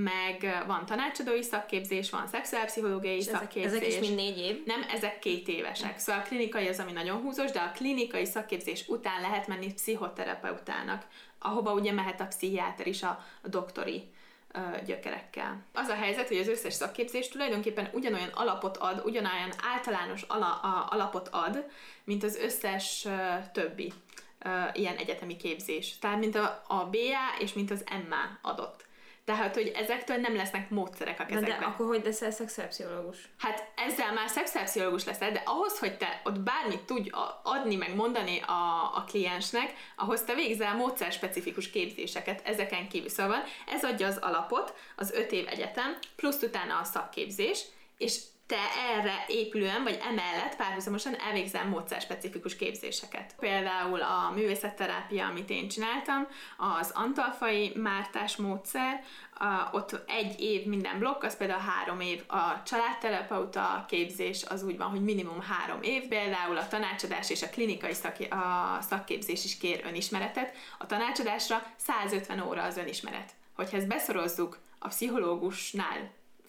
meg van tanácsadói szakképzés, van szexuálpszichológiai És ezek, szakképzés. ezek is mind négy év? Nem, ezek két évesek. Szóval a klinikai az, ami nagyon húzós, de a klinikai szakképzés után lehet menni pszichoterapeutának, ahova ugye mehet a pszichiáter is a, a doktori ö, gyökerekkel. Az a helyzet, hogy az összes szakképzés tulajdonképpen ugyanolyan alapot ad, ugyanolyan általános ala, a, alapot ad, mint az összes ö, többi ö, ilyen egyetemi képzés. Tehát mint a, a bé á és mint az em á adott. Tehát, hogy ezektől nem lesznek módszerek a kezekben. De akkor hogy leszel szexuálpszichológus? Hát ezzel már szexuálpszichológus leszel, de ahhoz, hogy te ott bármit tudj adni, meg mondani a, a kliensnek, ahhoz te végzel módszerspecifikus képzéseket ezeken kívül. Szóval ez adja az alapot, az öt év egyetem, plusz utána a szakképzés, és te erre épülően, vagy emellett párhuzamosan elvégzel módszerspecifikus képzéseket. Például a művészetterápia, amit én csináltam, az Antalfai Mártás módszer, a, ott egy év minden blokk, az például három év. A családterapeuta képzés az úgy van, hogy minimum három év, például a tanácsadás és a klinikai szak, a szakképzés is kér önismeretet. A tanácsadásra százötven óra az önismeret. Hogyha ezt beszorozzuk a pszichológusnál,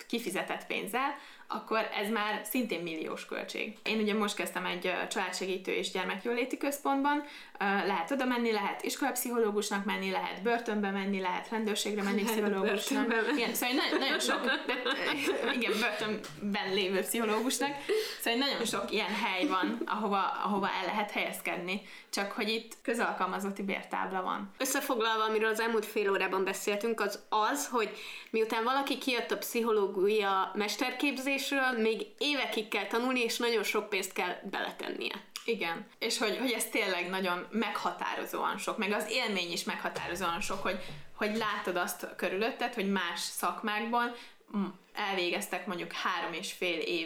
kifizetett pénzzel, akkor ez már szintén milliós költség. Én ugye most kezdtem egy családsegítő és gyermekjóléti központban, lehet oda menni, lehet iskolapszichológusnak menni, lehet börtönbe menni, lehet rendőrségre menni pszichológusnak. Igen, szóval nagyon, nagyon sok, igen, börtönben lévő pszichológusnak, szóval nagyon sok ilyen hely van, ahova, ahova el lehet helyezkedni, csak hogy itt közalkalmazotti bértábla van. Összefoglalva, amiről az elmúlt fél órában beszéltünk, az az, hogy miután valaki kijött a pszichológia mesterképzésről, még évekig kell tanulni, és nagyon sok pénzt kell beletennie. Igen, és hogy, hogy ez tényleg nagyon meghatározóan sok, meg az élmény is meghatározóan sok, hogy, hogy látod azt körülötted, hogy más szakmákban elvégeztek mondjuk három és fél év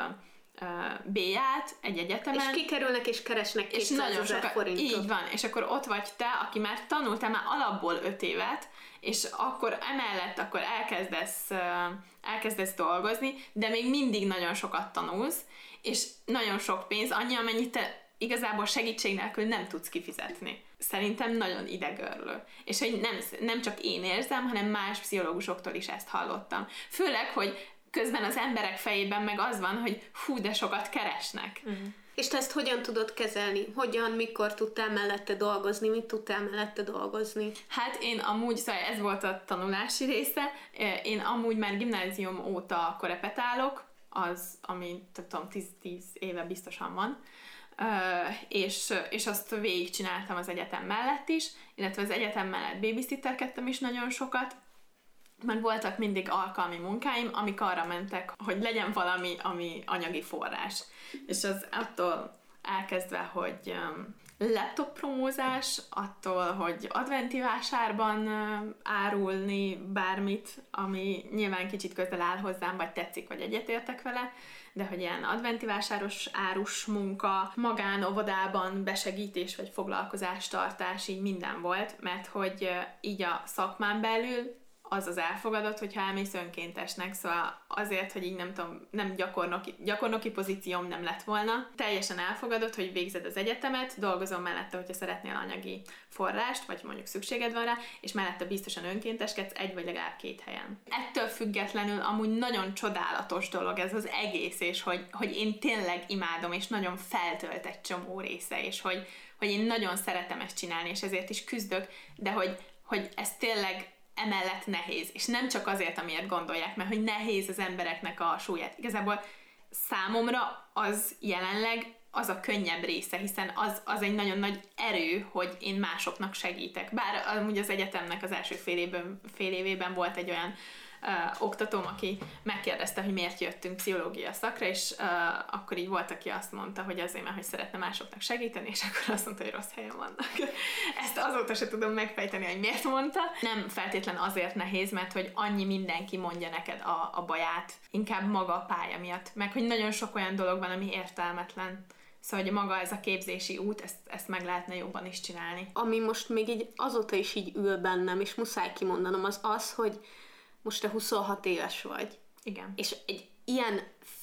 bélyát egy egyetemen. És kikerülnek és keresnek kétszázezer forintot. Így van, és akkor ott vagy te, aki már tanultál már alapból öt évet, és akkor emellett akkor elkezdesz, elkezdesz dolgozni, de még mindig nagyon sokat tanulsz, és nagyon sok pénz, annyi, amennyit te igazából segítség nélkül nem tudsz kifizetni. Szerintem nagyon idegörlő. És hogy nem, nem csak én érzem, hanem más pszichológusoktól is ezt hallottam. Főleg, hogy közben az emberek fejében meg az van, hogy hú, de sokat keresnek. Uh-huh. És te ezt hogyan tudod kezelni? Hogyan, mikor tudtál mellette dolgozni? Mit tudtál mellette dolgozni? Hát én amúgy, szóval ez volt a tanulási része, én amúgy már gimnázium óta korepetálok, az, ami tudom, tíz éve biztosan van, Uh, és, és azt végigcsináltam az egyetem mellett is, illetve az egyetem mellett babysitterkedtem is nagyon sokat, meg voltak mindig alkalmi munkáim, amik arra mentek, hogy legyen valami, ami anyagi forrás. És az attól elkezdve, hogy um, laptop promózás, attól, hogy adventi vásárban uh, árulni bármit, ami nyilván kicsit közel áll hozzám, vagy tetszik, vagy egyetértek vele, de hogy ilyen adventi vásáros árus munka, magánovodában besegítés vagy foglalkozástartás, így minden volt, mert hogy így a szakmán belül az az elfogadott, hogyha elmész önkéntesnek, szóval azért, hogy így nem tudom, nem gyakornoki, gyakornoki pozícióm nem lett volna. Teljesen elfogadott, hogy végzed az egyetemet, dolgozom mellette, hogyha szeretnél anyagi forrást, vagy mondjuk szükséged van rá, és mellette biztosan önkénteskedsz egy vagy legalább két helyen. Ettől függetlenül amúgy nagyon csodálatos dolog ez az egész, és hogy, hogy én tényleg imádom, és nagyon feltölt egy csomó része, és hogy, hogy én nagyon szeretem ezt csinálni, és ezért is küzdök, de hogy, hogy ez tényleg emellett nehéz, és nem csak azért, amiért gondolják, mert hogy nehéz az embereknek a súlyát. Igazából számomra az jelenleg az a könnyebb része, hiszen az, az egy nagyon nagy erő, hogy én másoknak segítek. Bár amúgy az egyetemnek az első fél évben, fél évében volt egy olyan uh, oktatóm, aki megkérdezte, hogy miért jöttünk pszichológia szakra, és uh, akkor így volt, aki azt mondta, hogy azért, mert hogy szeretne másoknak segíteni, és akkor azt mondta, hogy rossz helyen vannak. Ezt azóta se tudom megfejteni, hogy miért mondta. Nem feltétlen azért nehéz, mert hogy annyi mindenki mondja neked a, a baját, inkább maga a pálya miatt, meg hogy nagyon sok olyan dolog van, ami értelmetlen. Szóval, hogy maga ez a képzési út, ezt, ezt meg lehetne jobban is csinálni. Ami most még így azóta is így ül bennem, és muszáj kimondanom, az az, hogy most te huszonhat éves vagy. Igen. És egy ilyen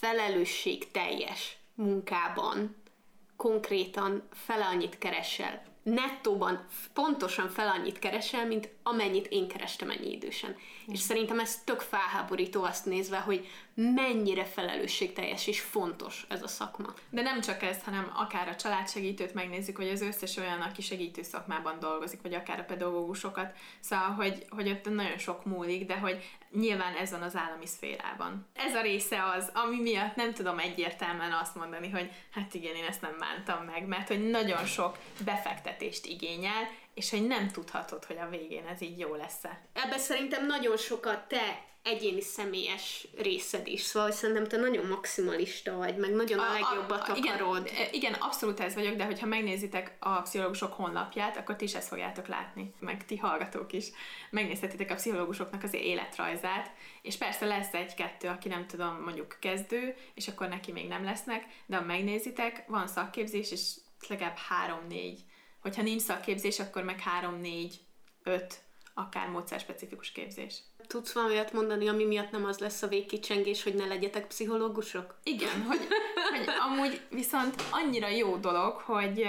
felelősségteljes munkában konkrétan fele annyit keresel. Nettóban pontosan fele annyit keresel, mint amennyit én kerestem ennyi idősen. Mm. És szerintem ez tök felháborító azt nézve, hogy mennyire felelősségteljes és fontos ez a szakma. De nem csak ez, hanem akár a családsegítőt megnézzük, hogy az összes olyan, aki segítő szakmában dolgozik, vagy akár a pedagógusokat. Szóval, hogy, hogy ott nagyon sok múlik, de hogy nyilván ez van az állami szférában. Ez a része az, ami miatt nem tudom egyértelműen azt mondani, hogy hát igen, én ezt nem bántam meg, mert hogy nagyon sok befektetést igényel, és hogy nem tudhatod, hogy a végén ez így jó lesz-e. Ebben szerintem nagyon sokat te egyéni személyes részed is, szóval szerintem te nagyon maximalista vagy, meg nagyon a, a legjobbat a, akarod. Igen, igen, abszolút ez vagyok, de hogyha megnézitek a pszichológusok honlapját, akkor ti is ezt fogjátok látni, meg ti hallgatók is. Megnézhetitek a pszichológusoknak az életrajzát, és persze lesz egy-kettő, aki nem tudom, mondjuk kezdő, és akkor neki még nem lesznek, de ha megnézitek, van szakképzés, és legalább három-négy. Hogyha nincs szakképzés, akkor meg három, négy, öt, akár módszerspecifikus képzés. Tudsz valamit mondani, ami miatt nem az lesz a végkicsengés, hogy ne legyetek pszichológusok? Igen, hogy, hogy amúgy viszont annyira jó dolog, hogy,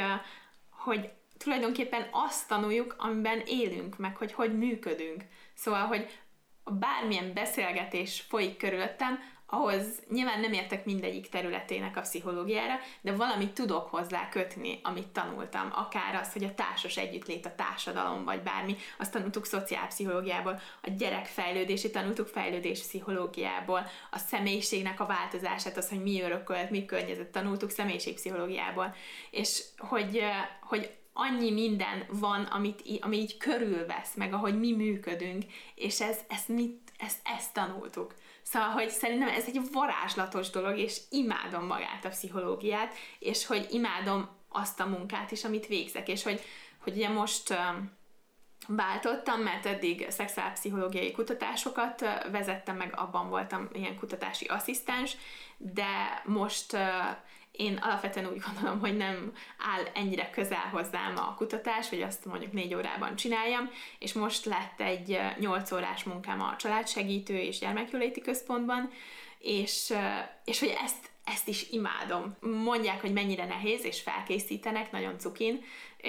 hogy tulajdonképpen azt tanuljuk, amiben élünk, meg hogy hogy működünk. Szóval, hogy bármilyen beszélgetés folyik körülöttem, ahhoz nyilván nem értek mindegyik területének a pszichológiára, de valamit tudok hozzá kötni, amit tanultam. Akár az, hogy a társas együttlét, a társadalom, vagy bármi, azt tanultuk szociálpszichológiából, a gyerek fejlődését tanultuk fejlődés pszichológiából, a személyiségnek a változását, az, hogy mi örökölt, mi környezet, tanultuk személyiségpszichológiából. És hogy, hogy annyi minden van, amit, ami így körülvesz, meg ahogy mi működünk, és ez, ezt, mit, ezt, ezt tanultuk. Szóval, hogy szerintem ez egy varázslatos dolog, és imádom magát a pszichológiát, és hogy imádom azt a munkát is, amit végzek, és hogy, hogy ugye most um, váltottam, mert eddig szexuálpszichológiai kutatásokat uh, vezettem, meg abban voltam ilyen kutatási asszisztens, de most uh, én alapvetően úgy gondolom, hogy nem áll ennyire közel hozzám a kutatás, hogy azt mondjuk négy órában csináljam, és most lett egy nyolc órás munkám a családsegítő és gyermekjóléti központban, és, és hogy ezt, ezt is imádom. Mondják, hogy mennyire nehéz, és felkészítenek, nagyon cukin,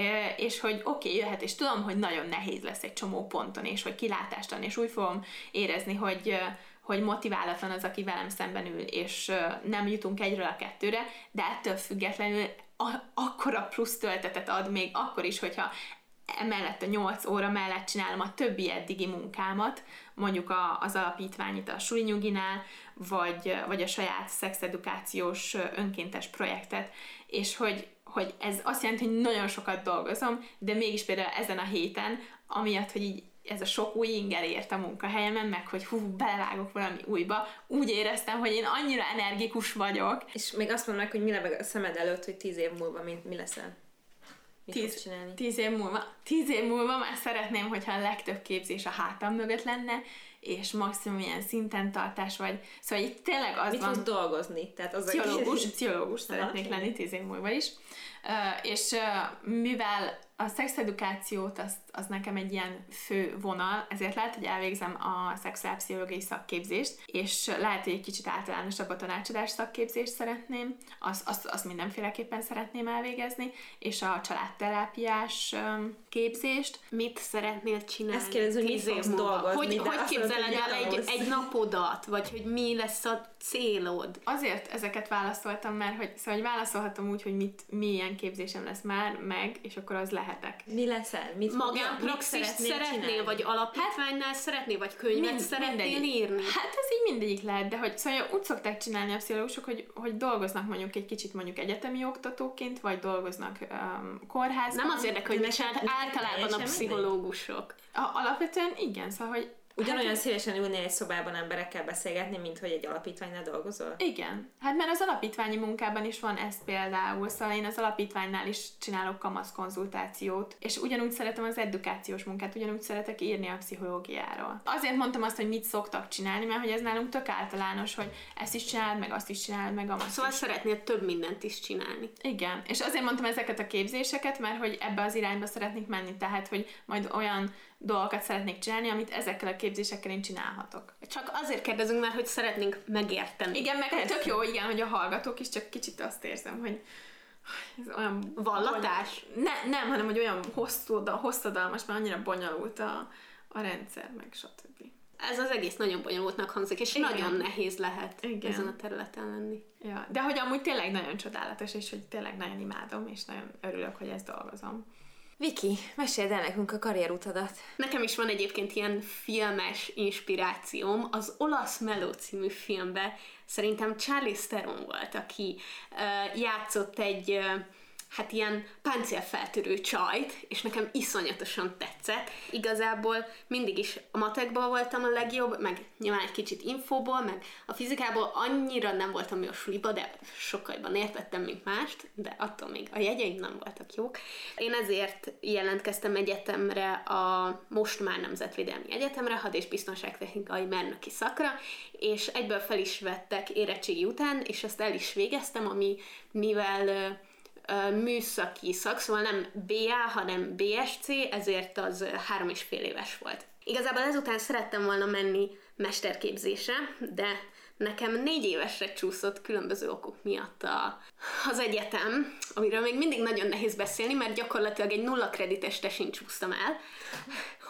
és hogy oké, okay, jöhet, és tudom, hogy nagyon nehéz lesz egy csomó ponton, és hogy kilátástalan, és úgy fogom érezni, hogy hogy motiválatlan az, aki velem szemben ül, és nem jutunk egyről a kettőre, de ettől függetlenül a- akkora plusz töltetet ad még akkor is, hogyha emellett a nyolc óra mellett csinálom a többi eddigi munkámat, mondjuk a, az alapítványit a Suli Nyuginál, vagy, vagy a saját szexedukációs önkéntes projektet, és hogy, hogy ez azt jelenti, hogy nagyon sokat dolgozom, de mégis például ezen a héten, amiatt, hogy így ez a sok új inger ért a munkahelyemen, meg hogy hú, belevágok valami újba, úgy éreztem, hogy én annyira energikus vagyok. És még azt mondanak, hogy mi lebeg a szemed előtt, hogy tíz év múlva mi, mi leszel? Mit tíz, csinálni? Tíz év múlva. Tíz év múlva már szeretném, hogyha a legtöbb képzés a hátam mögött lenne, és maximum ilyen szinten tartás, vagy szóval itt tényleg az Mit van... fogsz dolgozni? Tehát az pszichológus, pszichológus Aha, szeretnék okay. lenni tíz év múlva is. Uh, és uh, mivel a szexedukációt az, az nekem egy ilyen fő vonal, ezért lehet, hogy elvégzem a szexuálpszichológiai szakképzést, és lehet, hogy egy kicsit általánosabb a tanácsadás szakképzést szeretném, azt, azt, azt mindenféleképpen szeretném elvégezni, és a családterápiás um, képzést. Mit szeretnél csinálni? Ezt kérdezem, hogy mit fogsz dolgozni. Hogy, hogy azt képzeled mondod, el egy, egy napodat, vagy hogy mi lesz a célod? Azért ezeket válaszoltam, mert hogy, szóval, hogy válaszolhatom úgy, hogy mit, milyen képzésem lesz már, meg, és akkor az lehetek. Mi leszel? Mit magánpraxist szeretnél, csinálni? Vagy alapítványnál hát, szeretnél, vagy könyvet mind, szeretnél mindegyik. írni? Hát ez így mindegyik lehet, de hogy szóval úgy szokták csinálni a pszichológusok, hogy, hogy dolgoznak mondjuk egy kicsit mondjuk egyetemi oktatóként, vagy dolgoznak um, kórházban. Nem az érdekel, hogy mit csinálnak általában a pszichológusok. A, alapvetően igen, szóval, hogy ugyanolyan hát, szívesen ülni egy szobában emberekkel beszélgetni, mint hogy egy alapítványnál dolgozol? Igen. Hát mert az alapítványi munkában is van ez például, szóval én az alapítványnál is csinálok kamasz konzultációt, és ugyanúgy szeretem az edukációs munkát, ugyanúgy szeretek írni a pszichológiáról. Azért mondtam azt, hogy mit szoktak csinálni, mert hogy ez nálunk tök általános, hogy ezt is csinálod, meg azt is csinálod, meg amazt Szóval is. szeretnél több mindent is csinálni. Igen. És azért mondtam ezeket a képzéseket, mert hogy ebbe az irányba szeretnék menni, tehát hogy majd olyan dolgokat szeretnék csinálni, amit ezekkel a képzésekkel én csinálhatok. Csak azért kérdezünk már, hogy szeretnénk megérteni. Igen, meg hát tök jó, igen, hogy a hallgatók is, csak kicsit azt érzem, hogy ez olyan... vallatás? Ne, nem, hanem hogy olyan hosszú, hosszadalmas, mert annyira bonyolult a, a rendszer, meg stb. Ez az egész nagyon bonyolultnak hangzik, és igen. Nagyon nehéz lehet igen. ezen a területen lenni. Ja, de hogy amúgy tényleg nagyon csodálatos, és hogy tényleg nagyon imádom, és nagyon örülök, hogy ezt dolgozom. Viki, meséld el nekünk a karrierutadat. Nekem is van egyébként ilyen filmes inspirációm. Az Olasz Meló című filmben szerintem Charlize Theron volt, aki uh, játszott egy uh, hát ilyen páncélfeltörő csajt, és nekem iszonyatosan tetszett. Igazából mindig is a matekból voltam a legjobb, meg nyilván egy kicsit infóból, meg a fizikából annyira nem voltam jó a suliba, de sokkal jobban értettem, mint mást, de attól még a jegyeim nem voltak jók. Én ezért jelentkeztem egyetemre, a most már Nemzetvédelmi Egyetemre, had- és biztonságtechnikai mérnöki szakra, és egyből fel is vettek érettségi után, és ezt el is végeztem, ami mivel műszaki szak, szóval nem bé á, hanem bé es cé, ezért az három és fél éves volt. Igazából ezután szerettem volna menni mesterképzésre, de nekem négy évesre csúszott különböző okok miatt a, az egyetem, amiről még mindig nagyon nehéz beszélni, mert gyakorlatilag egy nulla kredites tesén csúsztam el.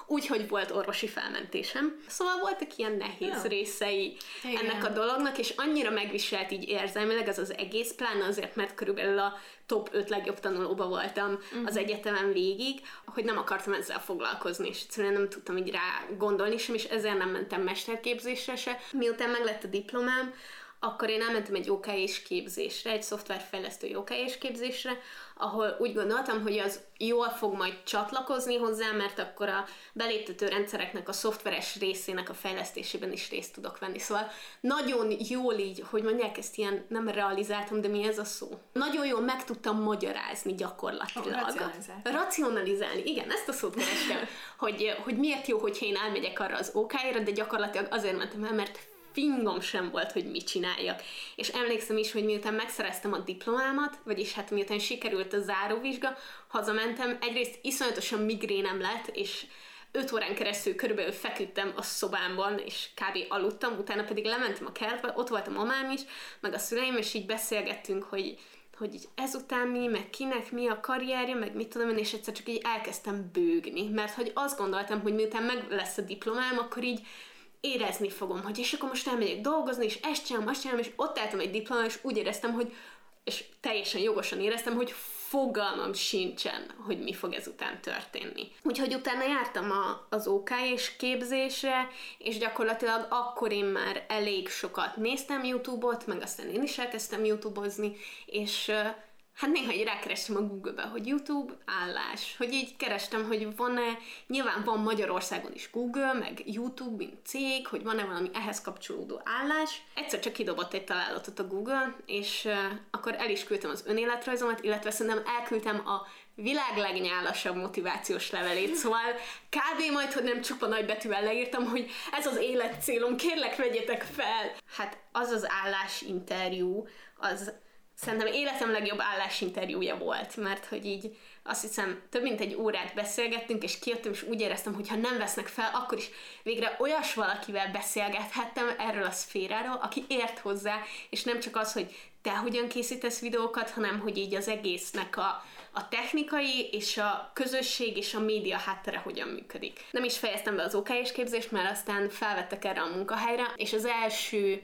úgyhogy volt orvosi felmentésem. Szóval voltak ilyen nehéz ja. részei Igen. ennek a dolognak, és annyira megviselt így érzelmileg ez az egész, pláne azért, mert körülbelül a top öt legjobb tanulóba voltam uh-huh. az egyetemen végig, hogy nem akartam ezzel foglalkozni, és egyszerűen nem tudtam így rá gondolni sem, és ezért nem mentem mesterképzésre se. Miután meglett a diplomám, akkor én elmentem egy ó ká és képzésre, egy szoftverfejlesztő ó ká és képzésre, ahol úgy gondoltam, hogy az jól fog majd csatlakozni hozzá, mert akkor a beléptető rendszereknek a szoftveres részének a fejlesztésében is részt tudok venni. Szóval nagyon jól így, hogy mondják, ezt ilyen nem realizáltam, de mi ez a szó? Nagyon jól meg tudtam magyarázni gyakorlatilag. Oh, racionalizálni. Racionalizálni, igen, ezt a szót kerestem, hogy, hogy miért jó, hogyha én elmegyek arra az ó ká-ra, de gyakorlatilag azért mentem el, mert fingom sem volt, hogy mit csináljak. És emlékszem is, hogy miután megszereztem a diplomámat, vagyis hát miután sikerült a záróvizsga, hazamentem, egyrészt iszonyatosan migrénem lett, és öt órán keresztül körülbelül feküdtem a szobámban, és kb. Aludtam, utána pedig lementem a kertbe, ott volt a mamám is, meg a szüleim, és így beszélgettünk, hogy hogy így ezután mi, meg kinek mi a karrierje, meg mit tudom én, és egyszer csak így elkezdtem bőgni, mert hogy azt gondoltam, hogy miután meg lesz a diplomám, akkor így érezni fogom, hogy és akkor most elmegyek dolgozni, és ezt csinálom, azt csinálom, és ott álltam egy diplomán, és úgy éreztem, hogy, és teljesen jogosan éreztem, hogy fogalmam sincsen, hogy mi fog ezután történni. Úgyhogy utána jártam a, az ó ká és képzésre, és gyakorlatilag akkor én már elég sokat néztem YouTube-ot, meg aztán én is elkezdtem YouTube-ozni, és hát néha így rákerestem a Google-be, hogy YouTube állás, hogy így kerestem, hogy van-e, nyilván van Magyarországon is Google, meg YouTube, mint cég, hogy van-e valami ehhez kapcsolódó állás. Egyszer csak kidobott egy találatot a Google, és uh, akkor el is küldtem az önéletrajzomat, illetve szerintem elküldtem a világ legnyálasabb motivációs levelét, szóval kb. Majd, hogy nem csupa nagybetűvel leírtam, hogy ez az életcélom, kérlek vegyetek fel. Hát az az állásinterjú, az szerintem életem legjobb állásinterjúja volt, mert hogy így azt hiszem több mint egy órát beszélgettünk, és kijöttem, és úgy éreztem, hogy ha nem vesznek fel, akkor is végre olyas valakivel beszélgethettem erről a szféráról, aki ért hozzá, és nem csak az, hogy te hogyan készítesz videókat, hanem hogy így az egésznek a, a technikai és a közösség és a média háttere hogyan működik. Nem is fejeztem be az ó ká és képzést, mert aztán felvettek erre a munkahelyre, és az első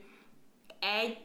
egy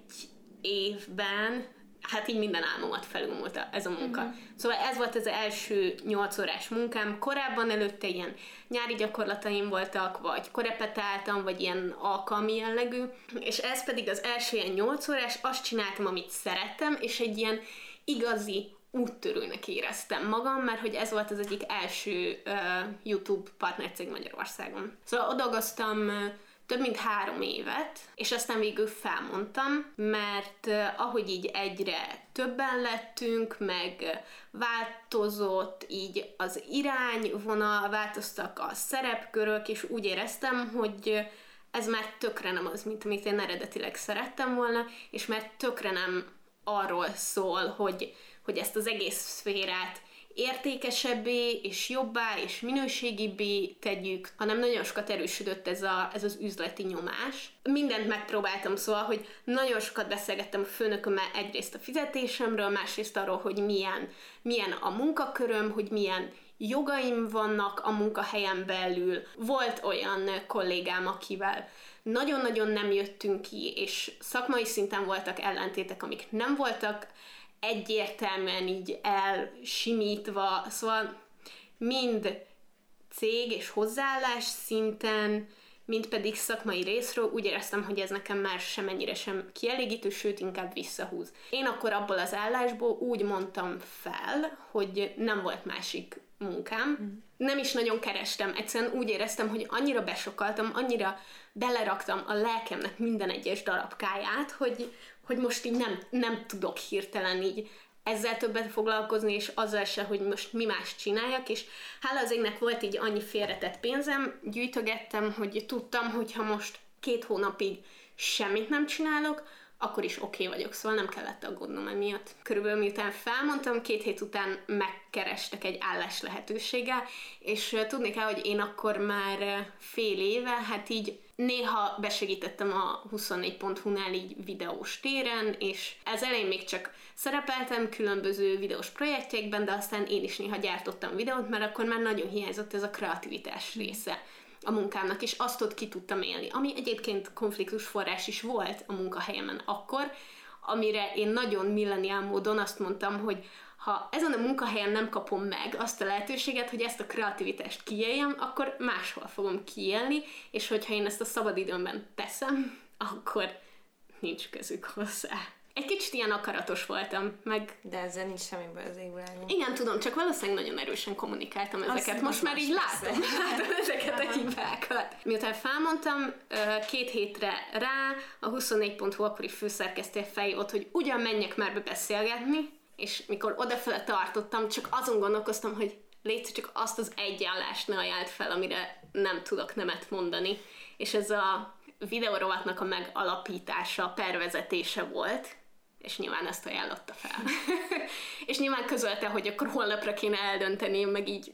évben hát így minden álmomat felülmúlt ez a munka. Uh-huh. Szóval ez volt az első nyolc órás munkám. Korábban előtte ilyen nyári gyakorlataim voltak, vagy korepetáltam, vagy ilyen alkalmi jellegű, és ez pedig az első ilyen nyolc órás, azt csináltam, amit szerettem, és egy ilyen igazi úttörőnek éreztem magam, mert hogy ez volt az egyik első uh, YouTube partnercég Magyarországon. Szóval ott dolgoztam uh, több mint három évet, és aztán végül felmondtam, mert uh, ahogy így egyre többen lettünk, meg változott így az irányvonal, változtak a szerepkörök, és úgy éreztem, hogy ez már tökre nem az, mint amit én eredetileg szerettem volna, és már tökre nem arról szól, hogy, hogy ezt az egész szférát értékesebbé, és jobbá, és minőségibbé tegyük, hanem nagyon sokat erősödött ez, a, ez az üzleti nyomás. Mindent megpróbáltam, szóval, hogy nagyon sokat beszélgettem a főnökömmel egyrészt a fizetésemről, másrészt arról, hogy milyen, milyen a munkaköröm, hogy milyen jogaim vannak a munkahelyen belül. Volt olyan kollégám, akivel nagyon-nagyon nem jöttünk ki, és szakmai szinten voltak ellentétek, amik nem voltak egyértelműen így elsimítva, szóval mind cég és hozzáállás szinten, mind pedig szakmai részről úgy éreztem, hogy ez nekem már semennyire sem kielégítő, sőt inkább visszahúz. Én akkor abból az állásból úgy mondtam fel, hogy nem volt másik munkám, mm. nem is nagyon kerestem, egyszerűen úgy éreztem, hogy annyira besokaltam, annyira beleraktam a lelkemnek minden egyes darabkáját, hogy, hogy most így nem, nem tudok hirtelen így ezzel többet foglalkozni, és azzal se, hogy most mi más csináljak, és hála az égnek volt így annyi félretett pénzem, gyűjtögettem, hogy tudtam, hogy ha most két hónapig semmit nem csinálok, akkor is oké okay vagyok, szóval nem kellett aggódnom emiatt. Körülbelül miután felmondtam, két hét után megkerestek egy állás lehetőséggel, és tudni kell, hogy én akkor már fél éve, hát így néha besegítettem a huszonnégy pont hu-nál így videós téren, és ez elején még csak szerepeltem különböző videós projektekben, de aztán én is néha gyártottam videót, mert akkor már nagyon hiányzott ez a kreativitás része a munkámnak, és azt ott ki tudtam élni. Ami egyébként konfliktusforrás is volt a munkahelyemen akkor, amire én nagyon milleniál módon azt mondtam, hogy ha ezen a munkahelyen nem kapom meg azt a lehetőséget, hogy ezt a kreativitást kiéljem, akkor máshol fogom kiélni, és hogyha én ezt a szabadidőmben teszem, akkor nincs közük hozzá. Egy kicsit ilyen akaratos voltam, meg... De ezzel nincs semmi baj az égvilágon. Igen, tudom, csak valószínűleg nagyon erősen kommunikáltam ezeket. Azt most már így látom, látom ezeket a hibákat. Miután felmondtam, két hétre rá a huszonnégy pont hu akkori főszerkesztő felhívott, hogy ugyan menjek már be beszélgetni, és mikor odafele tartottam, csak azon gondolkoztam, hogy légy csak azt az egy állást ne ajánlt fel, amire nem tudok nemet mondani. És ez a videórovatnak a megalapítása, pervezetése volt, és nyilván ezt ajánlotta fel. És nyilván közölte, hogy akkor holnapra kéne eldönteni, meg így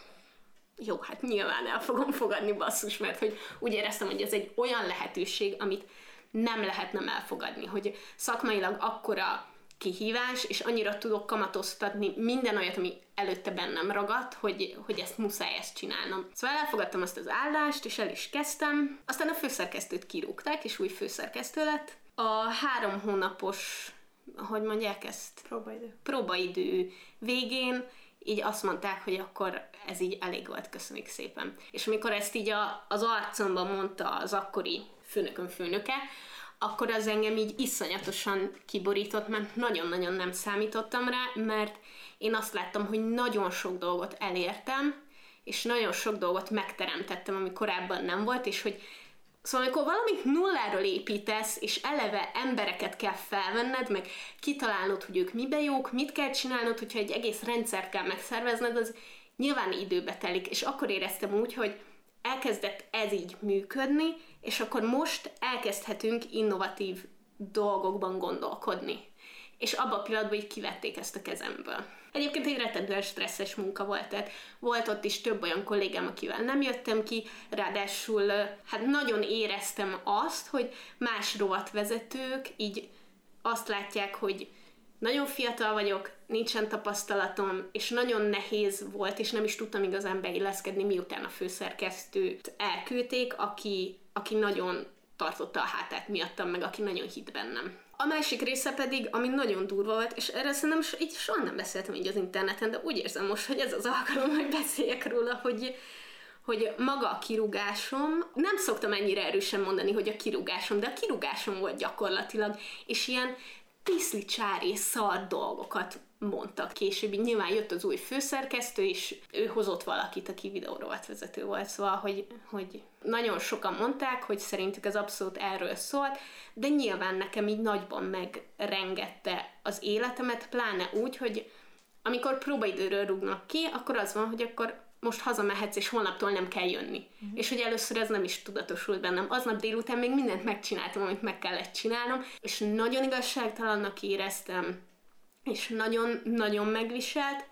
jó, hát nyilván el fogom fogadni, basszus, mert hogy úgy éreztem, hogy ez egy olyan lehetőség, amit nem lehet nem elfogadni, hogy szakmailag akkora kihívás, és annyira tudok kamatoztatni minden olyat, ami előtte bennem ragadt, hogy, hogy ezt muszáj ezt csinálnom. Szóval elfogadtam azt az állást, és el is kezdtem. Aztán a főszerkesztőt kirúgták, és új főszerkesztő lett. A három hónapos, hogy mondják ezt? Próbaidő. Próbaidő végén így azt mondták, hogy akkor ez így elég volt, köszönjük szépen. És amikor ezt így a, az arcomban mondta az akkori főnökön főnöke, akkor az engem így iszonyatosan kiborított, mert nagyon-nagyon nem számítottam rá, mert én azt láttam, hogy nagyon sok dolgot elértem, és nagyon sok dolgot megteremtettem, ami korábban nem volt, és hogy szóval amikor valamit nulláról építesz, és eleve embereket kell felvenned, meg kitalálnod, hogy ők mibe jók, mit kell csinálnod, hogyha egy egész rendszert kell megszervezned, az nyilván időbe telik, és akkor éreztem úgy, hogy elkezdett ez így működni, és akkor most elkezdhetünk innovatív dolgokban gondolkodni. És abban a pillanatban így kivették ezt a kezemből. Egyébként egy rettentően stresszes munka volt, tehát volt ott is több olyan kollégám, akivel nem jöttem ki, ráadásul hát nagyon éreztem azt, hogy más rovatvezetők így azt látják, hogy nagyon fiatal vagyok, nincsen tapasztalatom, és nagyon nehéz volt, és nem is tudtam igazán beilleszkedni, miután a főszerkesztőt elküldték, aki, aki nagyon tartotta a hátát miattam, meg aki nagyon hitt bennem. A másik része pedig, ami nagyon durva volt, és erre szerintem így soha nem beszéltem így az interneten, de úgy érzem most, hogy ez az alkalom, hogy beszéljek róla, hogy, hogy maga a kirúgásom, nem szoktam ennyire erősen mondani, hogy a kirúgásom, de a kirúgásom volt gyakorlatilag, és ilyen piszli csári szar dolgokat mondtak. Később nyilván jött az új főszerkesztő, és ő hozott valakit, aki videórovatvezető volt, szóval, hogy, hogy nagyon sokan mondták, hogy szerintük ez abszolút erről szólt, de nyilván nekem így nagyban megrengette az életemet, pláne úgy, hogy amikor próbaidőről rúgnak ki, akkor az van, hogy akkor most hazamehetsz, és holnaptól nem kell jönni. Uh-huh. És hogy először ez nem is tudatosult bennem. Aznap délután még mindent megcsináltam, amit meg kellett csinálnom, és nagyon igazságtalannak éreztem, és nagyon-nagyon megviselt,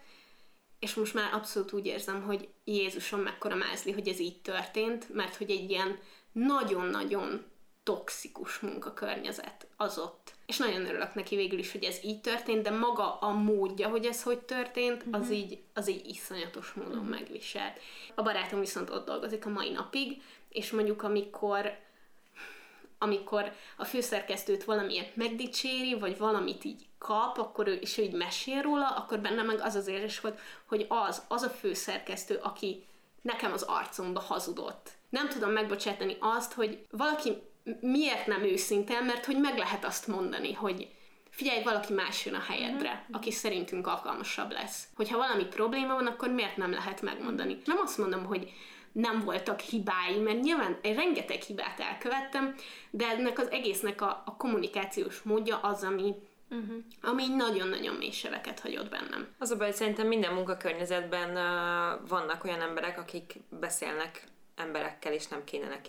és most már abszolút úgy érzem, hogy Jézusom, mekkora mázli, hogy ez így történt, mert hogy egy ilyen nagyon-nagyon toxikus munkakörnyezet az ott. És nagyon örülök neki végül is, hogy ez így történt, de maga a módja, hogy ez hogy történt, az, uh-huh. így, az így iszonyatos módon uh-huh. megviselt. A barátom viszont ott dolgozik a mai napig, és mondjuk amikor amikor a főszerkesztőt valamiért megdicséri, vagy valamit így kap, akkor ő, és ő így mesél róla, akkor benne meg az az érzés volt, hogy az, az a főszerkesztő, aki nekem az arcomba hazudott. Nem tudom megbocsátani azt, hogy valaki miért nem őszinte, mert hogy meg lehet azt mondani, hogy figyelj, valaki más jön a helyedre, mm-hmm. aki szerintünk alkalmasabb lesz. Hogyha valami probléma van, akkor miért nem lehet megmondani? Nem azt mondom, hogy nem voltak hibái, mert nyilván rengeteg hibát elkövettem, de ennek az egésznek a, a kommunikációs módja az, ami, uh-huh. ami nagyon-nagyon mély sebeket hagyott bennem. Az a baj, hogy szerintem minden munkakörnyezetben uh, vannak olyan emberek, akik beszélnek emberekkel, és nem kéne nekik.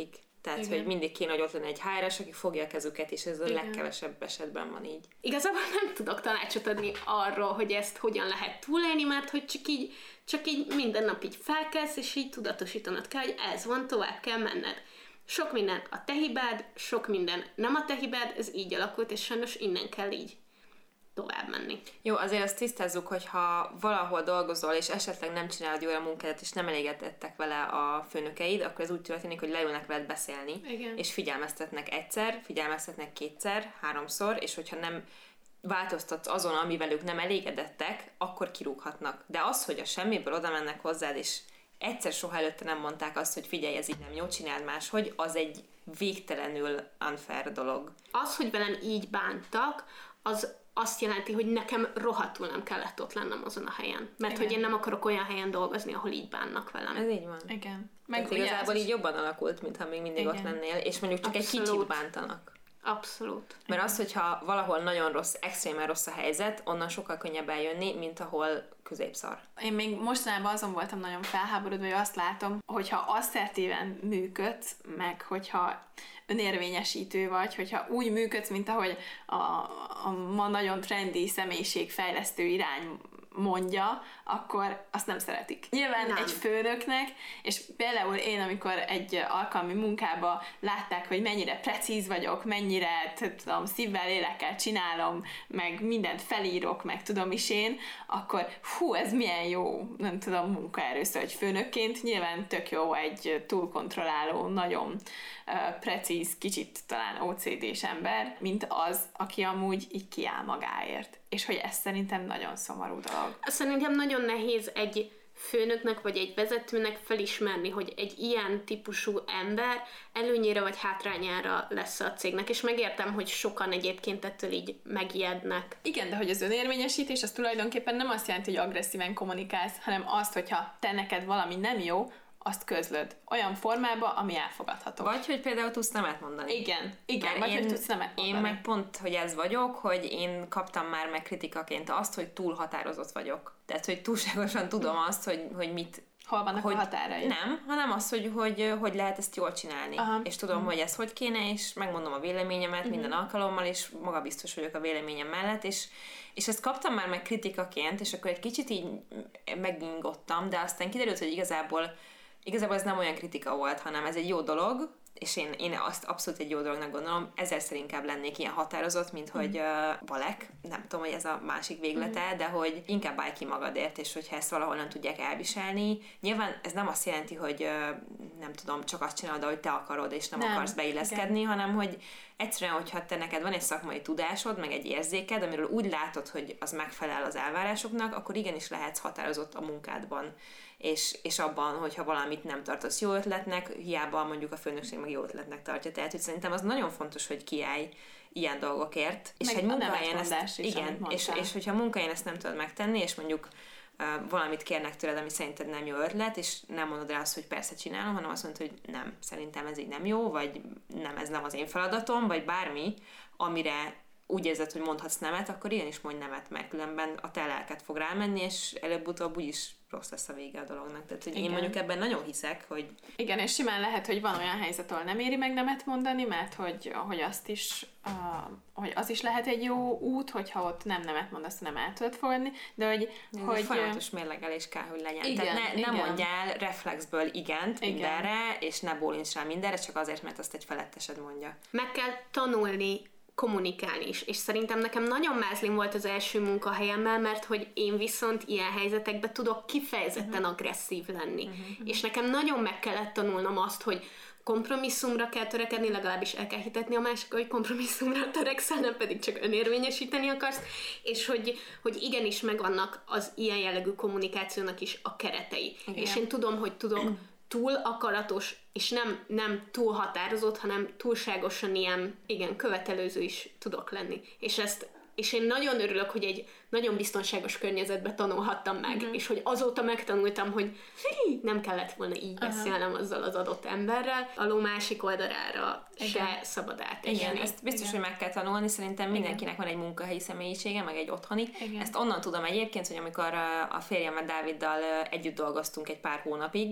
Tehát, Igen. hogy mindig kéne, hogy ott lenne egy há er es, aki fogja a kezüket, és ez a Igen. legkevesebb esetben van így. Igazából nem tudok tanácsot adni arról, hogy ezt hogyan lehet túlélni, mert hogy csak így, csak így minden nap így felkelsz, és így tudatosítanod kell, hogy ez van, tovább kell menned. Sok minden a te hibád, sok minden nem a te hibád, ez így alakult, és sajnos innen kell így tovább menni. Jó, azért azt tisztázzuk, hogy ha valahol dolgozol, és esetleg nem csinálod jól a munkádat, és nem elégedettek vele a főnökeid, akkor ez úgy történik, hogy leülnek veled beszélni, Igen. és figyelmeztetnek egyszer, figyelmeztetnek kétszer, háromszor, és hogyha nem változtatsz azon, amivel ők nem elégedettek, akkor kirúghatnak. De az, hogy a semmiből oda mennek hozzád, és egyszer soha előtte nem mondták azt, hogy figyelj, ez így nem jó, csináld máshogy, az egy végtelenül unfair dolog. Az, hogy velem így bántak, az azt jelenti, hogy nekem rohadtul nem kellett ott lennem azon a helyen. Mert Igen. hogy én nem akarok olyan helyen dolgozni, ahol így bánnak velem. Ez így van. Igen. Meg ugye igazából az így jobban alakult, mintha még mindig Igen. ott lennél, és mondjuk csak Abszolút. egy kicsit bántanak. Abszolút. Mert az, hogyha valahol nagyon rossz, extrémen rossz a helyzet, onnan sokkal könnyebb eljönni, mint ahol középszar. Én még mostanában azon voltam nagyon felháborodva, hogy azt látom, hogyha asszertíven működsz, meg hogyha önérvényesítő vagy, hogyha úgy működsz, mint ahogy a, a ma nagyon trendi személyiségfejlesztő irány mondja, akkor azt nem szeretik. Nyilván Nem. egy főnöknek, és például én, amikor egy alkalmi munkába látták, hogy mennyire precíz vagyok, mennyire, tudom, szívvel, lélekkel csinálom, meg mindent felírok, meg tudom is én, akkor hú, ez milyen jó, nem tudom, munkaerő, szóval egy főnökként nyilván tök jó egy túlkontrolláló, nagyon uh, precíz, kicsit talán ó cé dés ember, mint az, aki amúgy így kiáll magáért. És hogy ez szerintem nagyon szomorú dolog. Szerintem nagyon nehéz egy főnöknek vagy egy vezetőnek felismerni, hogy egy ilyen típusú ember előnyére vagy hátrányára lesz a cégnek, és megértem, hogy sokan egyébként ettől így megijednek. Igen, de hogy az önérvényesítés az tulajdonképpen nem azt jelenti, hogy agresszíven kommunikálsz, hanem azt, hogyha te neked valami nem jó, azt közlöd olyan formába, ami elfogadható. Vagy, hogy például tudsz nemet mondani. Igen, igen, Mert vagy én, hogy tudsz nemet mondani. Én meg pont, hogy ez vagyok, hogy én kaptam már meg kritikaként azt, hogy túl határozott vagyok. Tehát, hogy túlságosan tudom azt, hogy, hogy mit... Hol vannak hogy a határai? Nem, hanem az, hogy, hogy hogy lehet ezt jól csinálni. Aha. És tudom, mm. hogy ez hogy kéne, és megmondom a véleményemet mm-hmm. minden alkalommal, és magabiztos vagyok a véleményem mellett, és, és ezt kaptam már meg kritikaként, és akkor egy kicsit így megingottam, de aztán kiderült, hogy igazából Igazából ez nem olyan kritika volt, hanem ez egy jó dolog, és én, én azt abszolút egy jó dolognak gondolom, ezerszer inkább lennék ilyen határozott, mint mm. hogy uh, valek, nem tudom, hogy ez a másik véglete, mm. de hogy inkább állj ki magadért, és hogyha ezt valahol nem tudják elviselni. Nyilván ez nem azt jelenti, hogy uh, nem tudom, csak azt csinálod, ahogy te akarod, és nem, nem akarsz beilleszkedni, igen. hanem hogy egyszerűen, hogyha te neked van egy szakmai tudásod, meg egy érzéked, amiről úgy látod, hogy az megfelel az elvárásoknak, akkor igenis lehetsz határozott a munkádban. És, és abban, hogyha valamit nem tartasz jó ötletnek, hiába mondjuk a főnökség meg jó ötletnek tartja. Tehát, hogy szerintem az nagyon fontos, hogy kiállj ilyen dolgokért. És meg egy munkahelyen ezt, is, igen, és, és hogyha a munkahelyen ezt nem tudod megtenni, és mondjuk uh, valamit kérnek tőled, ami szerinted nem jó ötlet, és nem mondod rá azt, hogy persze csinálom, hanem azt mondod, hogy nem, szerintem ez így nem jó, vagy nem, ez nem az én feladatom, vagy bármi, amire úgy érzed, hogy mondhatsz nemet, akkor igenis mondj nemet, mert különben a te lelked fog rámenni, és előbb-utóbb úgyis rossz lesz a vége a dolognak. Tehát, hogy én mondjuk ebben nagyon hiszek, hogy... Igen, és simán lehet, hogy van olyan helyzet, ahol nem éri meg nemet mondani, mert hogy, hogy azt is, uh, hogy az is lehet egy jó út, hogyha ott nem nemet mondasz, nem el tudod fogadni, de hogy... Ez hogy folyamatos mérlegelés kell, hogy legyen. Igen, Tehát ne, ne igen. mondjál reflexből igent Igen. mindenre, és ne bólincs rá mindenre, csak azért, mert azt egy felettesed mondja. Meg kell tanulni kommunikálni is, és szerintem nekem nagyon mázlim volt az első munkahelyemmel, mert hogy én viszont ilyen helyzetekben tudok kifejezetten uh-huh. agresszív lenni. Uh-huh. És nekem nagyon meg kellett tanulnom azt, hogy kompromisszumra kell törekedni, legalábbis el kell hitetni a másik, hogy kompromisszumra törekszel, nem pedig csak önérvényesíteni akarsz, és hogy, hogy igenis megvannak az ilyen jellegű kommunikációnak is a keretei. Igen. És én tudom, hogy tudok túl akaratos, és nem, nem túl határozott, hanem túlságosan ilyen, igen, követelőző is tudok lenni. És ezt, és én nagyon örülök, hogy egy nagyon biztonságos környezetben tanulhattam meg, uh-huh. és hogy azóta megtanultam, hogy hí, nem kellett volna így uh-huh. beszélnem azzal az adott emberrel, a ló másik oldalára igen. se szabad átesni. Igen, ezt biztos, igen. hogy meg kell tanulni, szerintem mindenkinek van egy munkahelyi személyisége, meg egy otthoni. Igen. Ezt onnan tudom egyébként, hogy amikor a férjemmel Dáviddal együtt dolgoztunk egy pár hónapig,